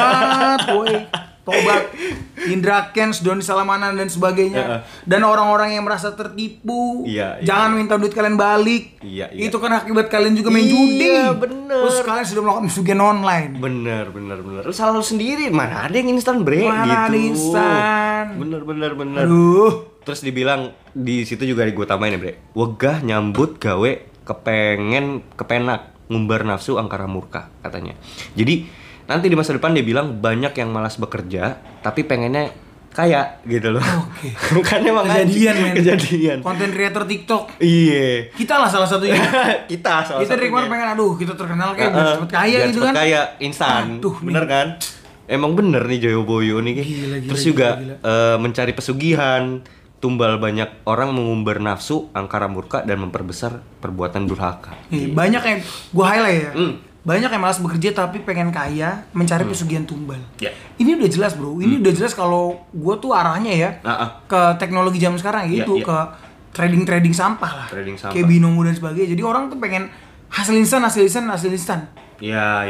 tobat, Indra Kents, Doni Salamanan dan sebagainya. Dan orang-orang yang merasa tertipu, jangan minta duit kalian balik. Itu kan akibat kalian juga main judi. Bener. Terus kalian sudah melakukan pesugihan online. Bener. Terus salah lu sendiri, mana ada yang instan, Bre? Mana ada instan. Bener. Aduh. Terus dibilang di situ juga gue tambahin ya, Bre. Wegah nyambut gawe kepenak ngumbar nafsu angkara murka katanya. Jadi nanti di masa depan dia bilang banyak yang malas bekerja tapi pengennya kaya gitu loh. Oke. Kan emang kejadian. Konten creator TikTok. Iya. Kita lah salah satunya. Kita dari kemarin pengen kita terkenal kayak biar cepet kaya gitu kan. Kaya instan. Bener kan? Emang bener nih Joyoboyo nih. Gila, terus juga mencari pesugihan. Tumbal banyak orang mengumbar nafsu, angkara murka dan memperbesar perbuatan durhaka. Banyak yang gue highlight ya. Banyak yang malas bekerja tapi pengen kaya, mencari pesugihan tumbal. Ini udah jelas, Bro. Ini udah jelas kalau gue tuh arahnya ya ke teknologi zaman sekarang gitu, ke trading sampah lah. Kayak binomo dan sebagainya. Jadi orang tuh pengen hasil instan. Iya.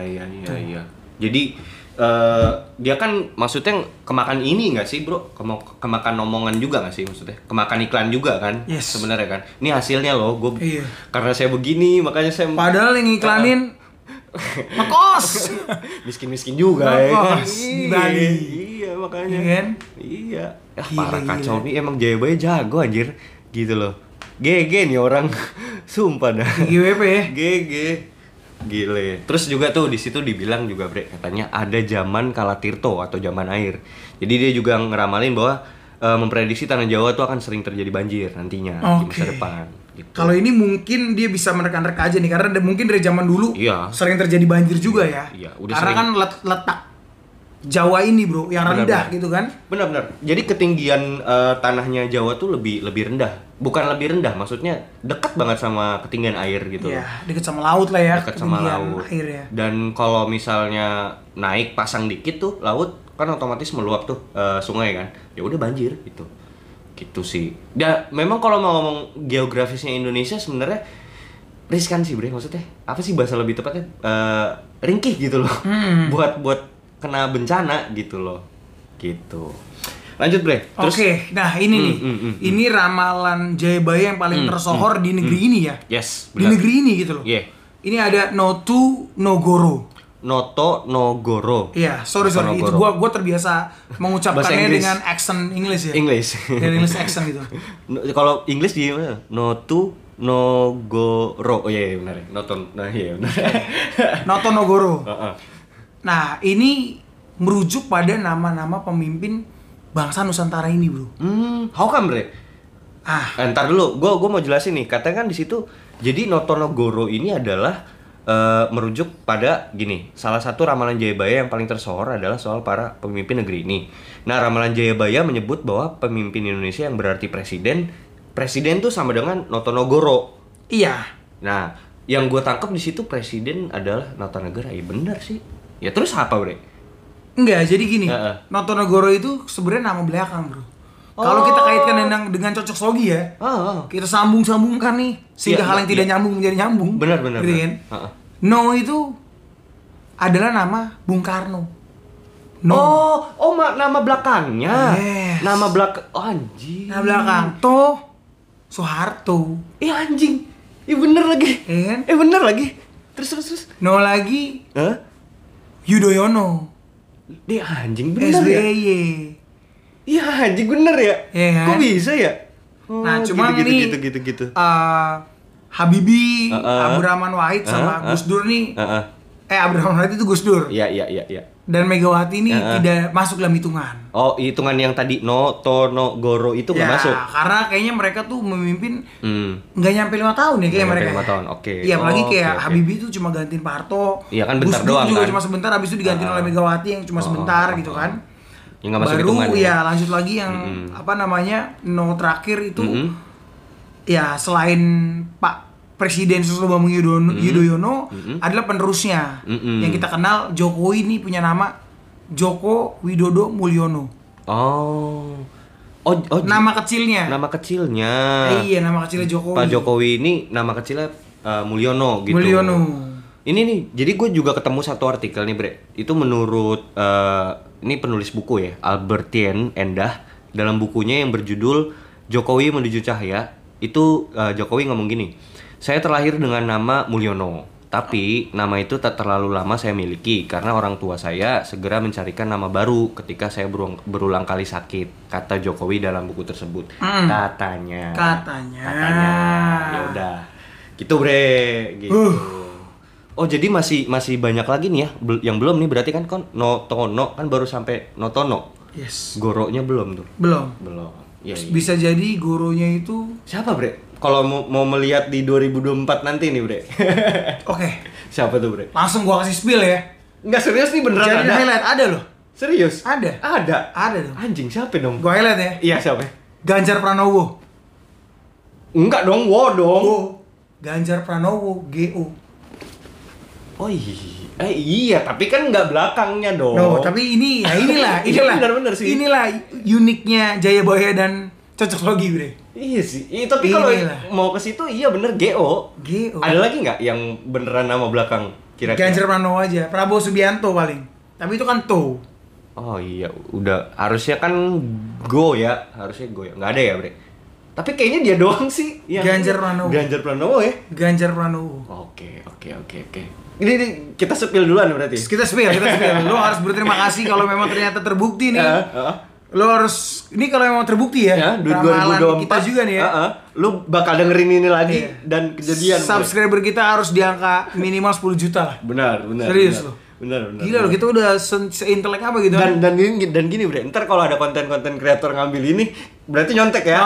Jadi dia kan maksudnya kemakan ini nggak sih, Bro? Kemakan omongan juga nggak sih maksudnya? Kemakan iklan juga kan? Yes. Sebenarnya kan. Ini hasilnya loh, karena saya begini makanya saya. Padahal yang iklanin ngekos. Miskin juga ya kan? Di Bali. Iya makanya. Iya. Gila. Kacau nih, emang Jayabaya jago anjir. Gitu loh. GG nih orang. Sumpah dah. GWP ya. GG. Gile. Terus juga tuh di situ dibilang juga, Bre, katanya ada zaman kala tirto atau zaman air. Jadi dia juga ngeramalin bahwa memprediksi tanah Jawa tuh akan sering terjadi banjir nantinya di masa depan. Gitu. Kalau ini mungkin dia bisa menerka-nerka aja nih karena mungkin dari zaman dulu sering terjadi banjir juga ya. Karena kan letak Jawa ini, Bro, yang rendah gitu kan. Benar. Jadi ketinggian tanahnya Jawa tuh lebih rendah. Bukan lebih rendah, maksudnya dekat banget sama ketinggian air gitu. Iya, dekat sama laut lah ya. Dekat sama laut. Air ya. Dan kalau misalnya naik pasang dikit tuh laut kan otomatis meluap tuh sungai kan. Ya udah banjir gitu. Gitu sih. Dan memang kalau mau ngomong geografisnya Indonesia sebenarnya riskan sih, Bre, maksudnya. Apa sih bahasa lebih tepatnya? Ringkih gitu loh. Buat kena bencana gitu loh. Gitu. Lanjut, Bre. Oke, nah ini nih. Ini ramalan Jayabaya yang paling tersohor di negeri ini ya. Yes, benar. Di negeri ini gitu loh. Ini ada Noto Nogoro. Iya, sorry. Itu gua terbiasa mengucapkannya dengan accent English ya. Dengan English accent gitu. Kalau English di mana? Noto Nogoro. Oh iya benar. Noto Nogoro. Nah, ini merujuk pada nama-nama pemimpin bangsa Nusantara ini, Bro. How come, Bre? Ntar dulu, gue mau jelasin nih. Katanya kan di situ, jadi Notonogoro ini adalah merujuk pada gini. Salah satu ramalan Jayabaya yang paling tersohor adalah soal para pemimpin negeri ini. Nah, ramalan Jayabaya menyebut bahwa pemimpin Indonesia yang berarti presiden tuh sama dengan Notonogoro. Iya. Nah, yang gue tangkap di situ presiden adalah Notonegara. Ya benar sih. Ya terus apa, Bre? Enggak, jadi gini. Notonegoro itu sebenarnya nama belakang, Bro. Kalau kita kaitkan dengan cocok sogi ya, kita sambung-sambungkan nih sehingga hal yang tidak nyambung menjadi nyambung. Benar. Gitu kan? No itu adalah nama Bung Karno. No. Nama belakangnya. Yes. Nama belakang. Anjing. Nama belakang Soeharto. Anjing. Bener lagi. Kan? Bener lagi. Terus. No lagi. Yudhoyono. Dia anjing bener SBY. ya? Iya anjing bener ya? Kan? Kok bisa ya? Nah cuma gitu. Habibie, Abdurrahman Wahid sama Gus Dur nih Abraham Samad itu Gus Dur. Iya. Dan Megawati ini tidak masuk dalam hitungan. Oh, hitungan yang tadi Notono Goro itu nggak masuk? Karena kayaknya mereka tuh memimpin nggak nyampe 5 tahun ya kayak mereka. 5 tahun, oke. Iya, apalagi kayak Habibie itu cuma gantiin Pak Harto. Iya kan bentar Gus Dur doang juga kan. cuma sebentar, habis itu digantiin oleh Megawati yang cuma sebentar gitu kan. Yang nggak masuk baru hitungan. Ya lanjut lagi yang apa namanya terakhir itu ya selain Pak Presiden Susilo Bambang Yudhoyono adalah penerusnya yang kita kenal. Jokowi ini punya nama Joko Widodo Mulyono. Oh, nama kecilnya. Iya, nama kecilnya Jokowi. Pak Jokowi ini nama kecilnya Mulyono gitu. Mulyono. Ini nih, jadi gue juga ketemu satu artikel nih Bre. Itu menurut ini penulis buku ya, Albertine Endah. Dalam bukunya yang berjudul Jokowi Menuju Cahaya, itu Jokowi ngomong gini, saya terlahir dengan nama Mulyono, tapi nama itu tak terlalu lama saya miliki karena orang tua saya segera mencarikan nama baru ketika saya berulang kali sakit, kata Jokowi dalam buku tersebut. Katanya. Ya udah. Gitu Bre, gitu. Oh, jadi masih banyak lagi nih ya yang belum nih, berarti kan Notono kan baru sampai Notono. Yes. Goronya belum tuh. Belum. Ya. Bisa jadi goronya itu siapa Bre? Kalau mau melihat di 2024 nanti nih Bre. Oke. Siapa tuh Bre? Langsung gua kasih spill ya. Enggak, serius nih, beneran jadi ada? Highlight ada loh. Serius? Ada dong. Anjing, siapa dong? Gua highlight ya. Iya, siapa? Ganjar Pranowo. Enggak dong, dong. Ganjar Pranowo, GO. Oh iya, tapi kan nggak belakangnya dong. No, tapi inilah. Bener-bener sih. Inilah uniknya Jayabaya dan Cocok Logi, Bre. Iya sih. Tapi kalau mau ke situ iya bener GO. Ada lagi nggak yang beneran nama belakang kira-kira? Ganjar Pranowo aja, Prabowo Subianto paling. Tapi itu kan To. Oh iya, udah harusnya kan Go ya, nggak ada ya Bre. Tapi kayaknya dia doang sih yang Ganjar Pranowo ya. Ganjar Pranowo. Oke. Ini kita spill duluan berarti. Kita spill. Lo harus berterima kasih kalau memang ternyata terbukti nih. Lo harus ini kalau memang terbukti ya. 2024 kita juga nih ya. Lo bakal dengerin ini lagi dan kejadian. Subscriber kita harus di angka minimal 10 juta lah. Benar. Serius lo. Benar. Gila lo, kita udah seintelek apa gitu. Dan gini Bre, ntar kalau ada konten kreator ngambil ini berarti nyontek ya.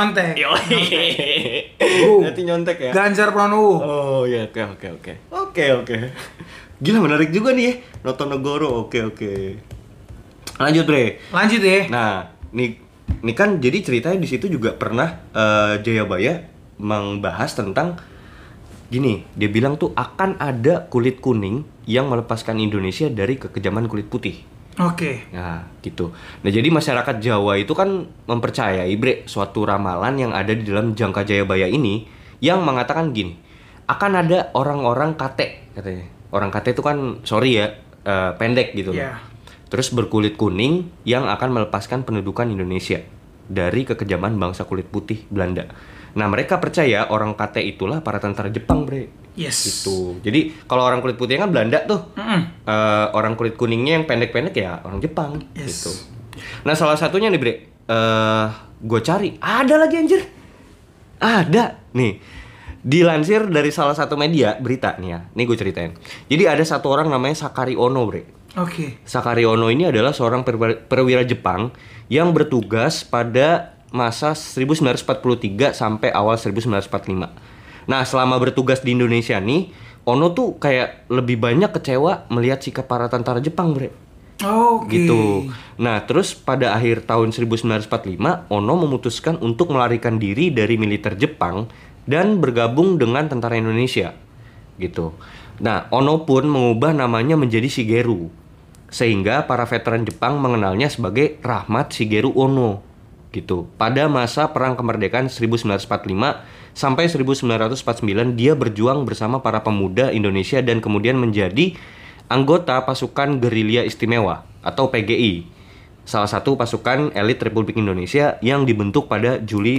Berarti nyontek ya. Ganjar Pranowo. Oh iya, oke. Gila, menarik juga nih ya. Notonegoro. Oke. Lanjut Bre. Lanjut ya. Nah, ini kan jadi ceritanya di situ juga pernah Jayabaya membahas tentang gini, dia bilang tuh akan ada kulit kuning yang melepaskan Indonesia dari kekejaman kulit putih. Oke. Nah, gitu. Nah, jadi masyarakat Jawa itu kan mempercayai Bre suatu ramalan yang ada di dalam Jangka Jayabaya ini yang mengatakan gini, akan ada orang-orang kate katanya. Orang kate itu kan pendek gitu loh. Yeah. Terus berkulit kuning yang akan melepaskan pendudukan Indonesia dari kekejaman bangsa kulit putih Belanda. Nah, mereka percaya orang kate itulah para tentara Jepang, Bre. Yes. Gitu. Jadi kalau orang kulit putihnya kan Belanda tuh. Orang kulit kuningnya yang pendek-pendek ya orang Jepang. Yes. Gitu. Nah, salah satunya nih, Bre. Gue cari. Ada lagi anjir. Ada. Nih. Dilansir dari salah satu media berita nih ya. Nih gue ceritain. Jadi ada satu orang namanya Sakari Ono, Bre. Oke. Sakari Ono ini adalah seorang perwira Jepang yang bertugas pada masa 1943 sampai awal 1945. Nah, selama bertugas di Indonesia nih, Ono tuh kayak lebih banyak kecewa melihat sikap para tentara Jepang, Bre. Gitu. Nah, terus pada akhir tahun 1945, Ono memutuskan untuk melarikan diri dari militer Jepang dan bergabung dengan tentara Indonesia. Gitu. Nah, Ono pun mengubah namanya menjadi Shigeru. Sehingga para veteran Jepang mengenalnya sebagai Rahmat Shigeru Ono. Gitu. Pada masa Perang Kemerdekaan 1945 sampai 1949 dia berjuang bersama para pemuda Indonesia dan kemudian menjadi anggota pasukan gerilya istimewa atau PGI. Salah satu pasukan elit Republik Indonesia yang dibentuk pada Juli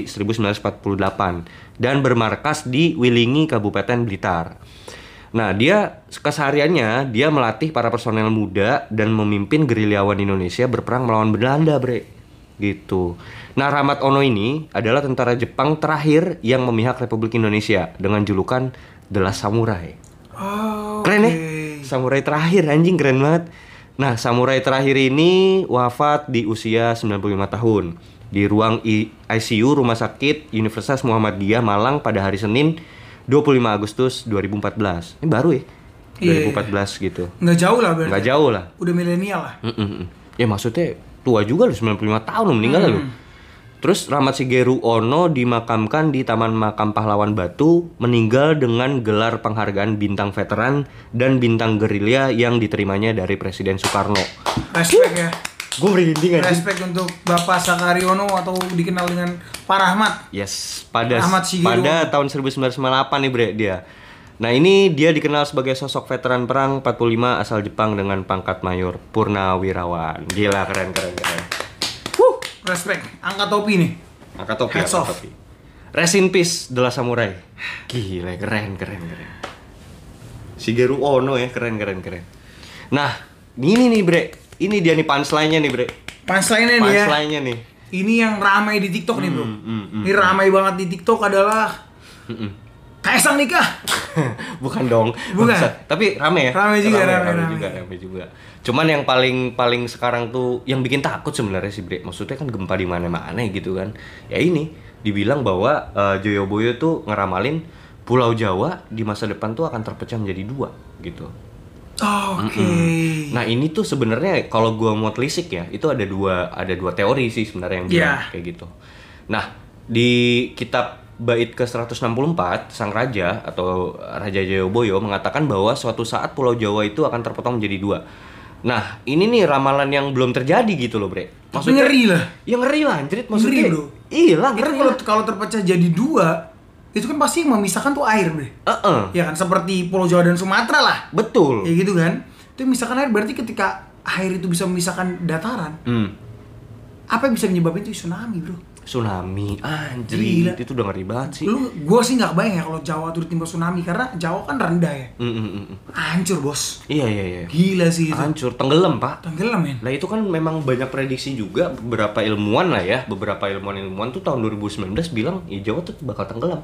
1948 dan bermarkas di Wilingi, Kabupaten Blitar. Nah, kesehariannya dia melatih para personel muda dan memimpin gerilyawan Indonesia berperang melawan Belanda, Bre. Gitu. Nah, Rahmat Ono ini adalah tentara Jepang terakhir yang memihak Republik Indonesia dengan julukan The Last Samurai. Keren ya? Samurai terakhir, anjing keren banget. Nah, samurai terakhir ini wafat di usia 95 tahun di ruang ICU Rumah Sakit Universitas Muhammadiyah Malang pada hari Senin 25 Agustus 2014. Ini baru ya? 2014 gitu. Nggak jauh lah berarti. Nggak jauh lah. Udah milenial lah. Ya maksudnya tua juga loh, 95 tahun meninggal loh. Terus Rahmat Shigeru Ono dimakamkan di Taman Makam Pahlawan Batu, meninggal dengan gelar penghargaan Bintang Veteran dan Bintang Gerilya yang diterimanya dari Presiden Soekarno. Respect ya. Gue merinding aja. Respect untuk Bapak Sakaryono atau dikenal dengan Pak Rahmat. Yes, pada tahun 1998 nih bre dia. Nah ini dia dikenal sebagai sosok veteran perang 45 asal Jepang dengan pangkat mayor Purnawirawan. Gila, keren. Respect, angkat topi nih. Angkat topi. Rest in peace, The Last Samurai. Gila, keren. Shigeru Ono ya, keren. Nah, ini nih bre. Ini dia nih punchline-nya nih bre. Punchline-nya nih. Ini yang ramai di TikTok nih bro. Ini ramai banget di TikTok adalah Kaisang nikah. Bukan dong. Bukan. Tapi rame ya. Rame juga. Cuman yang paling sekarang tuh yang bikin takut sebenarnya sih bre. Maksudnya kan gempa di mana-mana gitu kan. Ya ini dibilang bahwa Joyoboyo tuh ngeramalin Pulau Jawa di masa depan tuh akan terpecah menjadi 2 gitu. Oke. Nah ini tuh sebenarnya kalau gua mau telisik ya, itu ada dua teori sih sebenarnya yang bilang kayak gitu. Nah di kitab Bait ke-164 Sang Raja atau Raja Joyoboyo mengatakan bahwa suatu saat Pulau Jawa itu akan terpotong menjadi 2. Nah ini nih ramalan yang belum terjadi gitu loh bre. Maksudnya ngeri lah. Ya ngeri lah anjrit maksudnya. Ngeri bro. Iya lah ngeri. Itu kalau terpecah jadi 2, itu kan pasti memisahkan tuh air bre. Ya kan seperti Pulau Jawa dan Sumatera lah. Betul. Ya gitu kan. Itu misalkan air berarti ketika air itu bisa memisahkan dataran. Apa yang bisa menyebabkan itu tsunami bro? Tsunami, anjrit, itu udah ngeri banget sih. Gue sih nggak bayang ya kalau Jawa tuh ditimpa tsunami karena Jawa kan rendah ya. Hancur bos. Iya. Gila sih itu. Hancur, tenggelam pak. Tenggelam men. Nah itu kan memang banyak prediksi juga beberapa ilmuwan tuh tahun 2019 bilang ya Jawa tuh bakal tenggelam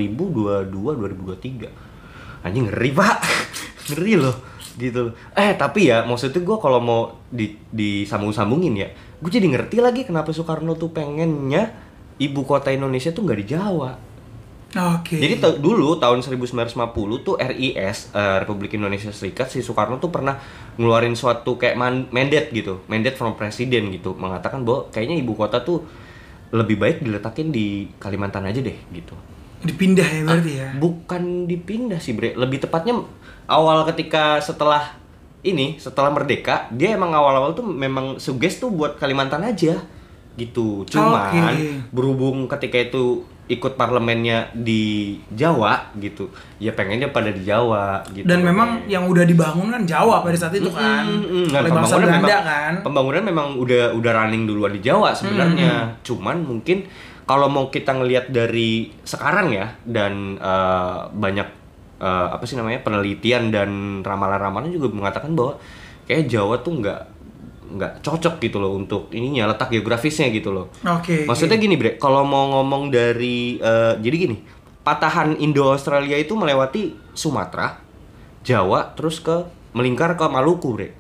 2022-2023. Anjing ngeri pak, ngeri loh gitu. Tapi ya maksudnya gue kalau mau disambung-sambungin ya, gue jadi ngerti lagi kenapa Soekarno tuh pengennya ibu kota Indonesia tuh nggak di Jawa. Oke. Jadi dulu tahun 1950 tuh RIS Republik Indonesia Serikat, si Soekarno tuh pernah ngeluarin suatu kayak mandate from presiden gitu, mengatakan bahwa kayaknya ibu kota tuh lebih baik diletakin di Kalimantan aja deh gitu. Dipindah ya berarti ya? Bukan dipindah sih bre, lebih tepatnya awal ketika setelah merdeka, dia emang awal-awal tuh memang suges tuh buat Kalimantan aja gitu. Cuman berhubung ketika itu ikut parlemennya di Jawa gitu, ya pengennya pada di Jawa gitu. Dan memang yang udah dibangun kan Jawa pada saat itu kan. Oleh bangsa Belanda kan. Pembangunan memang udah running duluan di Jawa sebenarnya. Cuman mungkin kalau mau kita ngelihat dari sekarang ya, dan banyak penelitian dan ramalan-ramalan juga mengatakan bahwa kayak Jawa tuh nggak cocok gitu loh untuk ininya, letak geografisnya gitu loh. Maksudnya gini bre, kalau mau ngomong dari jadi gini, patahan Indo-Australia itu melewati Sumatera, Jawa, terus melingkar ke Maluku bre.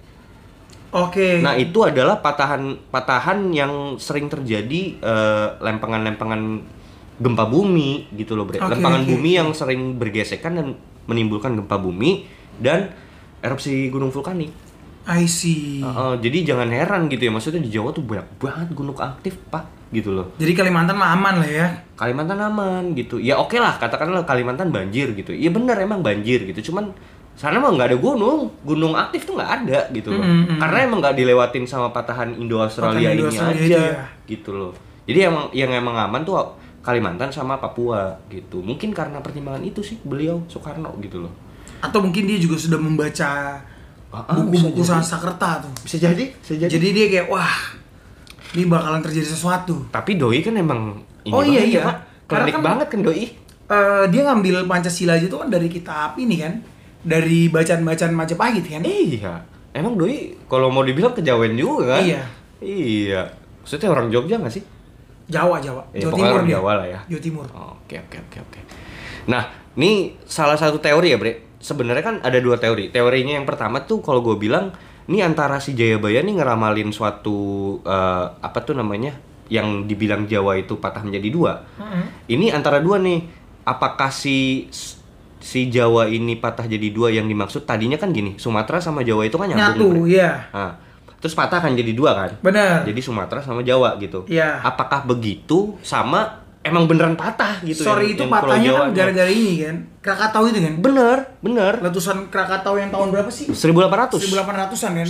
Nah itu adalah patahan yang sering terjadi lempengan-lempengan gempa bumi gitu loh bre. Lempengan bumi yang sering bergesekan dan menimbulkan gempa bumi dan erupsi gunung vulkanik. I see. Jadi jangan heran gitu ya, maksudnya di Jawa tuh banyak banget gunung aktif pak gitu loh. Jadi Kalimantan mah aman lah ya. Kalimantan aman gitu. Ya oke lah, katakanlah Kalimantan banjir gitu. Iya benar emang banjir gitu. Cuman sana mah nggak ada gunung aktif tuh nggak ada gitu loh. Karena emang nggak dilewatin sama patahan Indo-Australia ini aja gitu loh. Jadi yang emang aman tuh Kalimantan sama Papua gitu. Mungkin karena pertimbangan itu sih beliau Soekarno gitu loh. Atau mungkin dia juga sudah membaca buku-buku Sanskerta tuh. Bisa jadi. Jadi dia kayak wah, ini bakalan terjadi sesuatu. Tapi Doi kan emang iya. Klinik banget kan Doi. Dia ngambil Pancasila aja tuh kan dari kitab ini kan. Dari bacaan-bacaan Majapahit kan. Iya. Emang Doi kalau mau dibilang kejawen juga kan? Iya. Maksudnya orang Jogja nggak sih? Jawa Timur dia. Jawa lah ya. Jawa Timur. Oke. Nah, ini salah satu teori ya, Bre. sebenarnya kan ada dua teori. Teorinya yang pertama tuh kalau gue bilang ini antara si Jayabaya nih ngeramalin suatu apa tuh namanya yang dibilang Jawa itu patah menjadi dua. Ini antara dua nih. Apakah si Jawa ini patah jadi dua yang dimaksud tadinya kan gini, Sumatera sama Jawa itu kan nyambung. Nyatu, iya. Nah, terus patah kan jadi dua kan? Benar. Jadi Sumatera sama Jawa gitu. Iya. Apakah begitu sama emang beneran patah gitu? Sorry, itu patahnya kan gara-gara ini kan, Krakatau itu kan? Bener. Letusan Krakatau yang tahun berapa sih? 1800. 1800-an kan?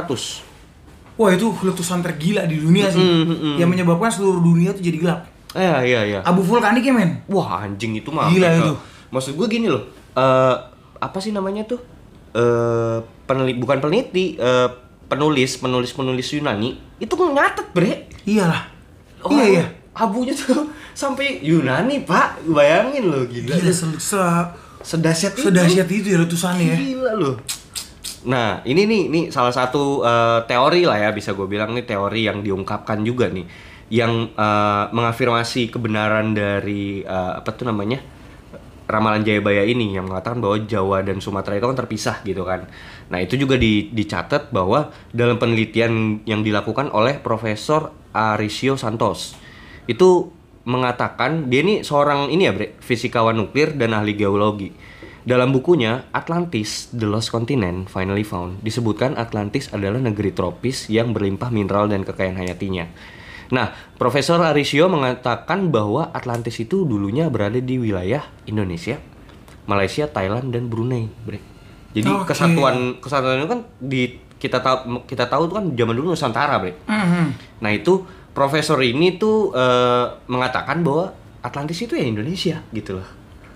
1800. Wah, itu letusan tergila di dunia sih. Yang menyebabkan seluruh dunia tuh jadi gelap. Iya. Abu vulkanik ya, men? Wah, anjing itu mah. Gila itu. Maksud gue gini loh. Apa sih namanya tuh? Bukan peneliti, penulis Yunani itu nyatet, bre. Iyalah. Iya. Abunya tuh sampai Yunani, Pak. Bayangin loh, gila. Sedahsyat itu ya letusannya ya. Gila loh. Nah, ini salah satu teori lah ya, bisa gue bilang nih teori yang diungkapkan juga nih, yang mengafirmasi kebenaran dari apa tuh namanya ramalan Jayabaya ini, yang mengatakan bahwa Jawa dan Sumatera itu kan terpisah gitu kan. Nah, itu juga dicatat bahwa dalam penelitian yang dilakukan oleh Profesor Arisio Santos itu mengatakan, dia ini seorang ini ya bre, fisikawan nuklir dan ahli geologi. Dalam bukunya Atlantis, The Lost Continent Finally Found, disebutkan Atlantis adalah negeri tropis yang berlimpah mineral dan kekayaan hayatinya. Nah, Profesor Arisio mengatakan bahwa Atlantis itu dulunya berada di wilayah Indonesia, Malaysia, Thailand, dan Brunei, bre. Jadi kesatuan itu kan kita tahu itu kan zaman dulu Nusantara, bre. Nah, itu profesor ini tuh mengatakan bahwa Atlantis itu ya Indonesia gitu loh.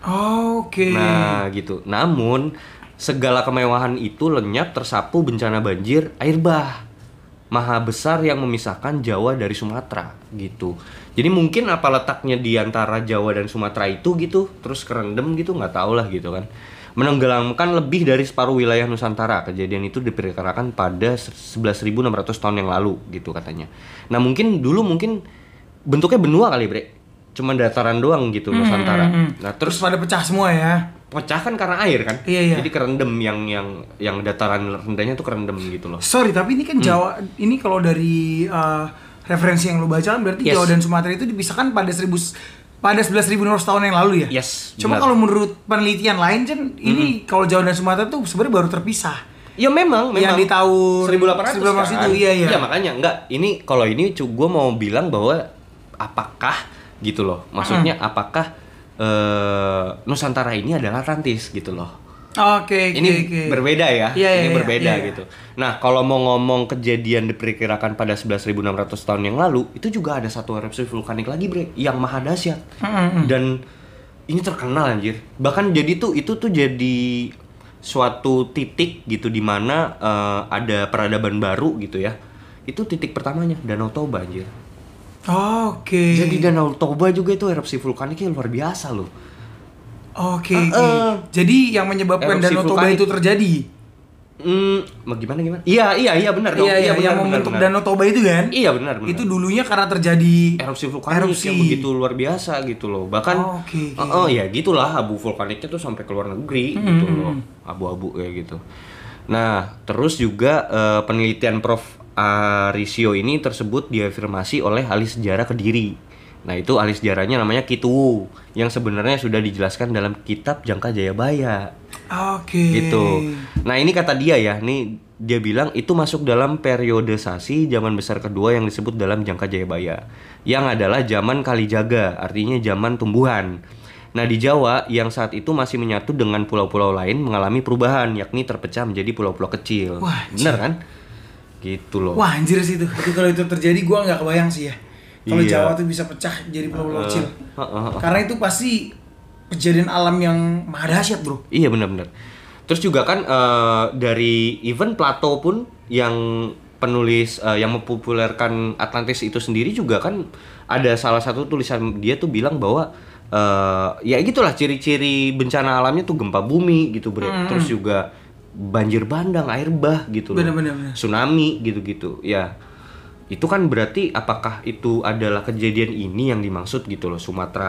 Nah, gitu. Namun segala kemewahan itu lenyap tersapu bencana banjir air bah maha besar yang memisahkan Jawa dari Sumatera gitu. Jadi mungkin apa letaknya di antara Jawa dan Sumatera itu gitu, terus kerendam gitu, nggak tahu lah gitu kan. Menenggelamkan lebih dari separuh wilayah Nusantara. Kejadian itu diperkirakan pada 11.600 tahun yang lalu gitu katanya. Nah, mungkin bentuknya benua kali, bre. Cuma dataran doang gitu Nusantara. Nah, terus pada pecah semua ya. Pecah kan karena air kan? Iya. Jadi kerendam yang dataran rendahnya tuh kerendam gitu loh. Sorry, tapi ini kan Jawa, ini kalau dari referensi yang lo baca kan berarti Jawa dan Sumatera itu dipisahkan pada 11.600 tahun yang lalu ya? Yes. Cuma kalau menurut penelitian lain kan ini kalau Jawa dan Sumatera tuh sebenarnya baru terpisah. Ya memang yang di tahun 1800 kan? Itu iya. Ya makanya enggak, ini kalau ini gue mau bilang bahwa apakah gitu loh. Maksudnya apakah Nusantara ini adalah Atlantis gitu loh. Oke. Berbeda ya. Ini berbeda iya. gitu. Nah, kalau mau ngomong kejadian diperkirakan pada 11.600 tahun yang lalu, itu juga ada satu erupsi vulkanik lagi, bre, yang maha dahsyat. Dan ini terkenal anjir. Bahkan jadi itu tuh jadi suatu titik gitu di mana ada peradaban baru gitu ya. Itu titik pertamanya Danau Toba anjir. Oke. Jadi Danau Toba juga itu erupsi vulkaniknya luar biasa loh. Oke. Jadi yang menyebabkan Danau Toba itu terjadi? Gimana? Iya benar dong. Iya, yang membentuk Danau Toba itu kan? Iya benar. Itu dulunya karena terjadi erupsi vulkanik yang begitu luar biasa gitu loh. Bahkan ya gitulah, abu vulkaniknya tuh sampai ke luar negeri gitu loh. Abu-abu kayak gitu. Nah, terus juga penelitian Prof Arisio ini tersebut diafirmasi oleh ahli sejarah Kediri. Nah, itu ahli sejarahnya namanya Kituwu, yang sebenarnya sudah dijelaskan dalam kitab Jangka Jayabaya. Gitu. Nah, ini kata dia ya, nih dia bilang itu masuk dalam periodisasi zaman besar kedua yang disebut dalam Jangka Jayabaya, yang adalah zaman Kalijaga, artinya zaman tumbuhan. Nah, di Jawa yang saat itu masih menyatu dengan pulau-pulau lain mengalami perubahan, yakni terpecah menjadi pulau-pulau kecil. Wah, bener kan? Gitu loh. Wah, anjir sih itu. Kalau itu terjadi gua nggak kebayang sih ya. Kalau Jawa tuh bisa pecah jadi pulau-pulau kecil. Karena itu pasti kejadian alam yang maha dahsyat, bro. Iya, benar-benar. Terus juga kan dari even Plato pun yang penulis yang mempopulerkan Atlantis itu sendiri juga kan ada salah satu tulisan dia tuh bilang bahwa ya gitulah ciri-ciri bencana alamnya tuh gempa bumi gitu, bro. Terus juga banjir bandang, air bah gitu loh. Bener. Tsunami gitu-gitu. Ya. Itu kan berarti apakah itu adalah kejadian ini yang dimaksud gitu loh, Sumatera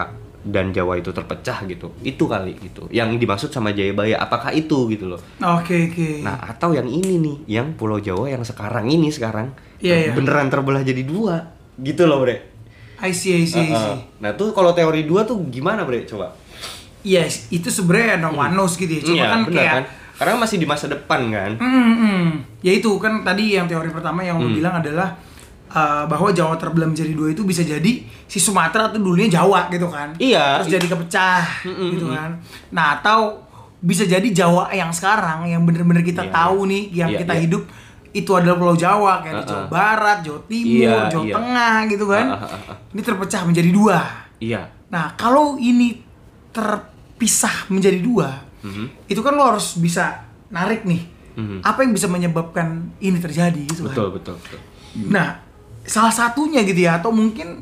dan Jawa itu terpecah gitu. Itu kali gitu. Yang dimaksud sama Jayabaya, apakah itu gitu loh. Oke. Nah, atau yang ini nih, yang Pulau Jawa yang sekarang Iya. beneran terbelah jadi 2 gitu loh, Bre. I see. Nah, tuh kalau teori 2 tuh gimana, Bre? Coba. Yes, itu sebenarnya no one knows gitu ya. Cuma kan bener, kayak kan? Karena masih di masa depan kan. Ya itu kan tadi yang teori pertama yang lu bilang adalah bahwa Jawa terbelah menjadi 2 itu bisa jadi si Sumatera tuh dulunya Jawa gitu kan. Iya. Terus jadi kepecah gitu kan. Nah, atau bisa jadi Jawa yang sekarang yang bener-bener kita tahu nih yang kita hidup itu adalah Pulau Jawa kayak di Jawa Barat, Jawa Timur, Jawa Tengah gitu kan. Ini terpecah menjadi 2. Iya. Nah, kalau ini terpisah menjadi 2, itu kan lo harus bisa narik nih. Apa yang bisa menyebabkan ini terjadi gitu kan. Betul. Nah, salah satunya gitu ya, atau mungkin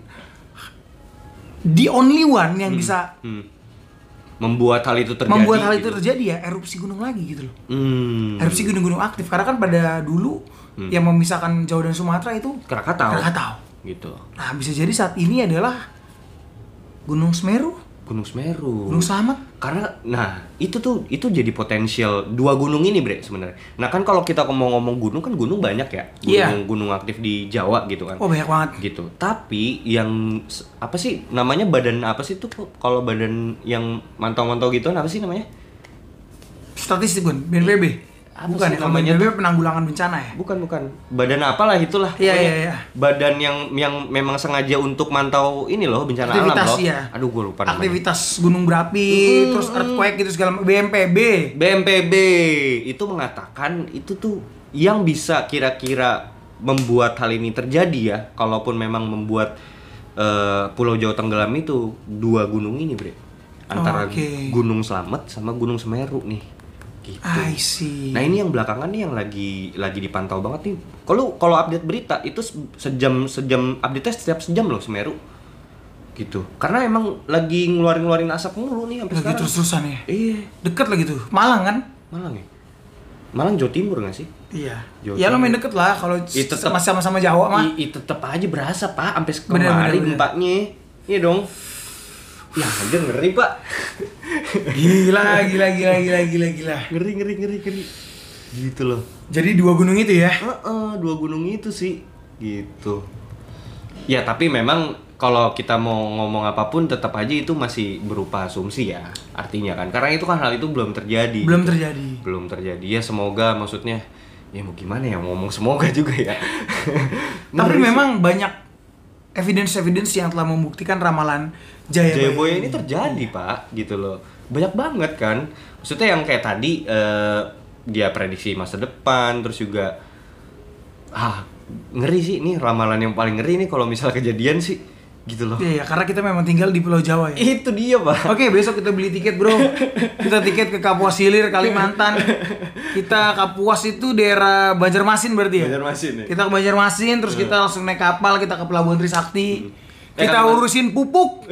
the only one yang bisa membuat hal itu terjadi ya erupsi gunung lagi gitu loh. Erupsi gunung-gunung aktif karena kan pada dulu yang memisahkan Jawa dan Sumatera itu Krakatau gitu. Nah, bisa jadi saat ini adalah Gunung Semeru, Gunung Slamet. Karena itu jadi potensial 2 gunung ini, Bre, sebenarnya. Nah, kan kalau kita ngomong gunung kan gunung banyak ya. Gunung aktif di Jawa gitu kan. Oh, banyak banget. Gitu. Tapi yang apa sih namanya, badan apa sih tuh kalau badan yang mantau-mantau gitu apa sih namanya? Statistik, BNPB. Bukan ya, namanya BNPB penanggulangan bencana ya? Bukan. Badan apalah itulah. Iya. Badan yang memang sengaja untuk mantau ini loh, bencana alam loh. Ya. Aduh, gue lupa namanya. Aktivitas gunung berapi, terus earthquake gitu segala BNPB itu mengatakan itu tuh yang bisa kira-kira membuat hal ini terjadi ya, kalaupun memang membuat Pulau Jawa tenggelam itu 2 gunung ini, Bre. Antara Gunung Slamet sama Gunung Semeru nih. Gitu. I see. Nah, ini yang belakangan nih yang lagi dipantau banget nih. Kalau update berita itu sejam update-nya setiap sejam loh Semeru. Gitu. Karena emang lagi ngeluarin asap mulu nih sampai sekarang. Terus-terusan ya. Iya. Deket lagi tuh. Malang kan? Malang ya. Malang Jawa Timur nggak sih? Iya. Ya lo main deket lah kalau masih sama-sama Jawa mah. Tetep aja berasa, Pak, sampai kemari gempanya. Iya dong. Ya, anjir ngeri, Pak. Gila. Ngeri. Gitu loh. Jadi 2 gunung itu ya? 2 gunung itu sih. Gitu. Ya, tapi memang kalau kita mau ngomong apapun tetap aja itu masih berupa asumsi ya. Artinya kan. Karena itu kan hal itu belum terjadi. Belum terjadi. Ya, semoga maksudnya ya mau gimana ya ngomong semoga juga ya. Tapi memang banyak evidence yang telah membuktikan ramalan Jayabaya ini terjadi, Pak, gitu loh. Banyak banget kan. Maksudnya yang kayak tadi dia prediksi masa depan, terus juga ngeri sih, ini ramalan yang paling ngeri nih kalau misalnya kejadian sih. Gitu loh. Iya, karena kita memang tinggal di Pulau Jawa ya. Itu dia, Pak. Oke, besok kita beli tiket, Bro. Kita tiket ke Kapuas Hilir, Kalimantan. Kita Kapuas itu daerah Banjarmasin berarti ya? Banjarmasin ya. Kita ke Banjarmasin, terus kita langsung naik kapal, kita ke Pelabuhan Trisakti. Kita urusin pupuk.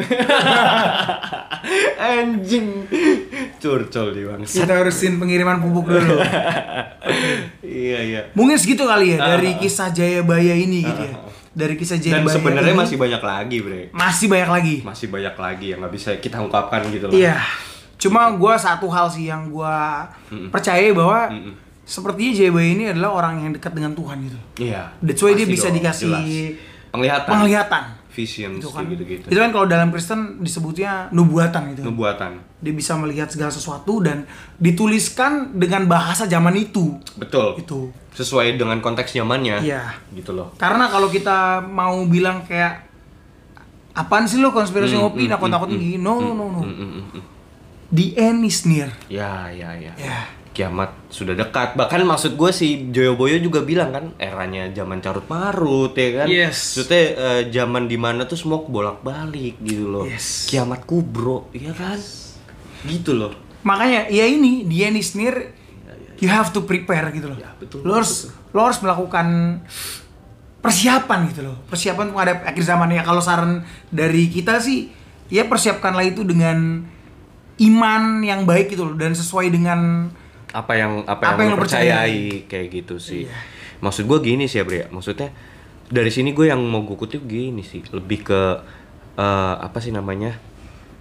Anjing. Curcol di bangsa. Kita urusin pengiriman pupuk dulu. Iya. Mungkin segitu kali ya dari kisah Jayabaya ini gitu ya. Dari kisah Jayabaya. Dan sebenarnya masih banyak lagi, Bre. Masih banyak lagi yang nggak bisa kita ungkapkan gitu loh. Iya. Cuma gue satu hal sih yang gue percaya bahwa sepertinya Jayabaya ini adalah orang yang dekat dengan Tuhan gitu. Iya. That's why dia bisa dikasih penglihatan. Vision gitu kan. Gitu. Itu kan kalau dalam Kristen disebutnya nubuatan gitu. Dia bisa melihat segala sesuatu dan dituliskan dengan bahasa zaman itu. Betul. Itu sesuai dengan konteks zamannya. Iya. Gitu loh. Karena kalau kita mau bilang kayak apaan sih lo konspirasi ngopi nakut-nakut gini. No. The end is near. Ya. Kiamat sudah dekat. Bahkan maksud gue si Jayabaya juga bilang kan eranya zaman carut marut ya kan. Yes. Maksudnya zaman dimana tuh semua bolak-balik gitu loh. Yes. Kiamat kubro, iya kan? Gitu loh. Makanya ya ini the end is near. You have to prepare gitu loh. Ya, betul. Lo harus melakukan persiapan gitu loh. Persiapan menghadapi akhir zaman ya. Kalau saran dari kita sih ya persiapkanlah itu dengan iman yang baik gitu loh dan sesuai dengan apa yang lo percayai kayak gitu sih. Iya. Maksud gue gini sih ya, Bre. Maksudnya dari sini gue yang mau gue kutip gini sih, lebih ke apa sih namanya?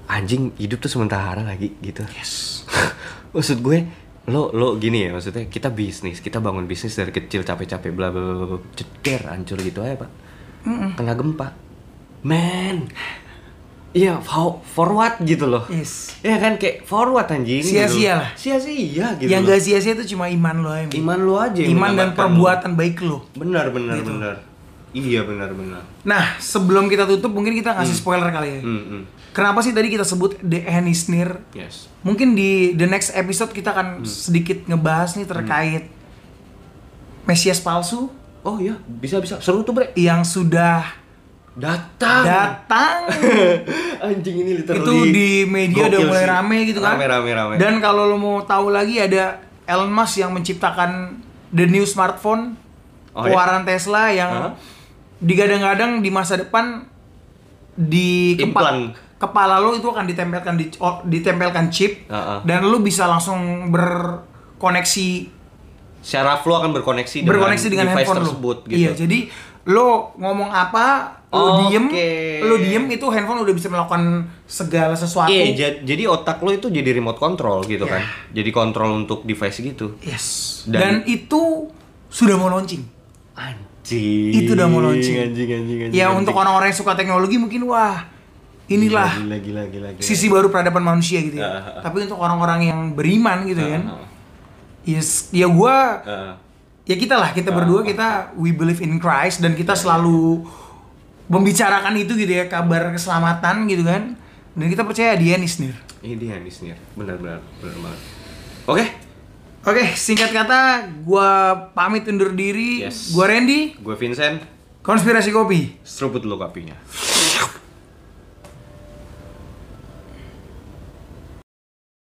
anjing hidup tuh sementara lagi gitu. Yes. Maksud gue lo gini ya, maksudnya kita bisnis, kita bangun bisnis dari kecil capek-capek bla bla bla, ceder hancur gitu aja, Pak. Kena gempa. Man. Iya, for what gitu loh. Yes. Ya kan kayak for what anjing. Sia-sia gitu lah. Sia-sia gitu. Yang loh. gak sia-sia itu cuma iman lo aja. Iman lo aja. Iman dan perbuatan baik lo. Benar. Gitu. Iya benar. Nah, sebelum kita tutup mungkin kita kasih spoiler kali ya. Kenapa sih tadi kita sebut The Anisnir? Yes. Mungkin di the next episode kita akan sedikit ngebahas nih terkait Mesias palsu. Oh iya, bisa. Seru tuh, Bre. Yang sudah datang. Anjing ini literally. Itu di media udah mulai rame gitu kan. Rame. Dan kalau lo mau tahu lagi ada Elon Musk yang menciptakan the new smartphone keluaran Tesla yang digadang-gadang di masa depan di kepala lo itu akan ditempelkan chip dan lo bisa langsung berkoneksi. Syaraf lo akan berkoneksi dengan device handphone tersebut lo. gitu. Iya, jadi lo ngomong apa, lo diem itu handphone udah bisa melakukan segala sesuatu. Iya, jadi otak lo itu jadi remote control gitu kan. Jadi kontrol untuk device gitu. Yes. Dan itu sudah mau launching. Anjing. Itu udah mau launching. Anjing. Ya untuk orang-orang yang suka teknologi mungkin inilah gila. sisi baru peradaban manusia gitu ya. Tapi untuk orang-orang yang beriman gitu kan. Yes, ya gua ya kita berdua kita we believe in Christ dan kita selalu membicarakan itu gitu ya, kabar keselamatan gitu kan. Dan kita percaya dia Anisnir. Dia Anisnir. Benar banget. Oke, singkat kata gua pamit undur diri. Yes. Gua Randy, gue Vincent. Konspirasi Kopi. Seruput dulu kopinya.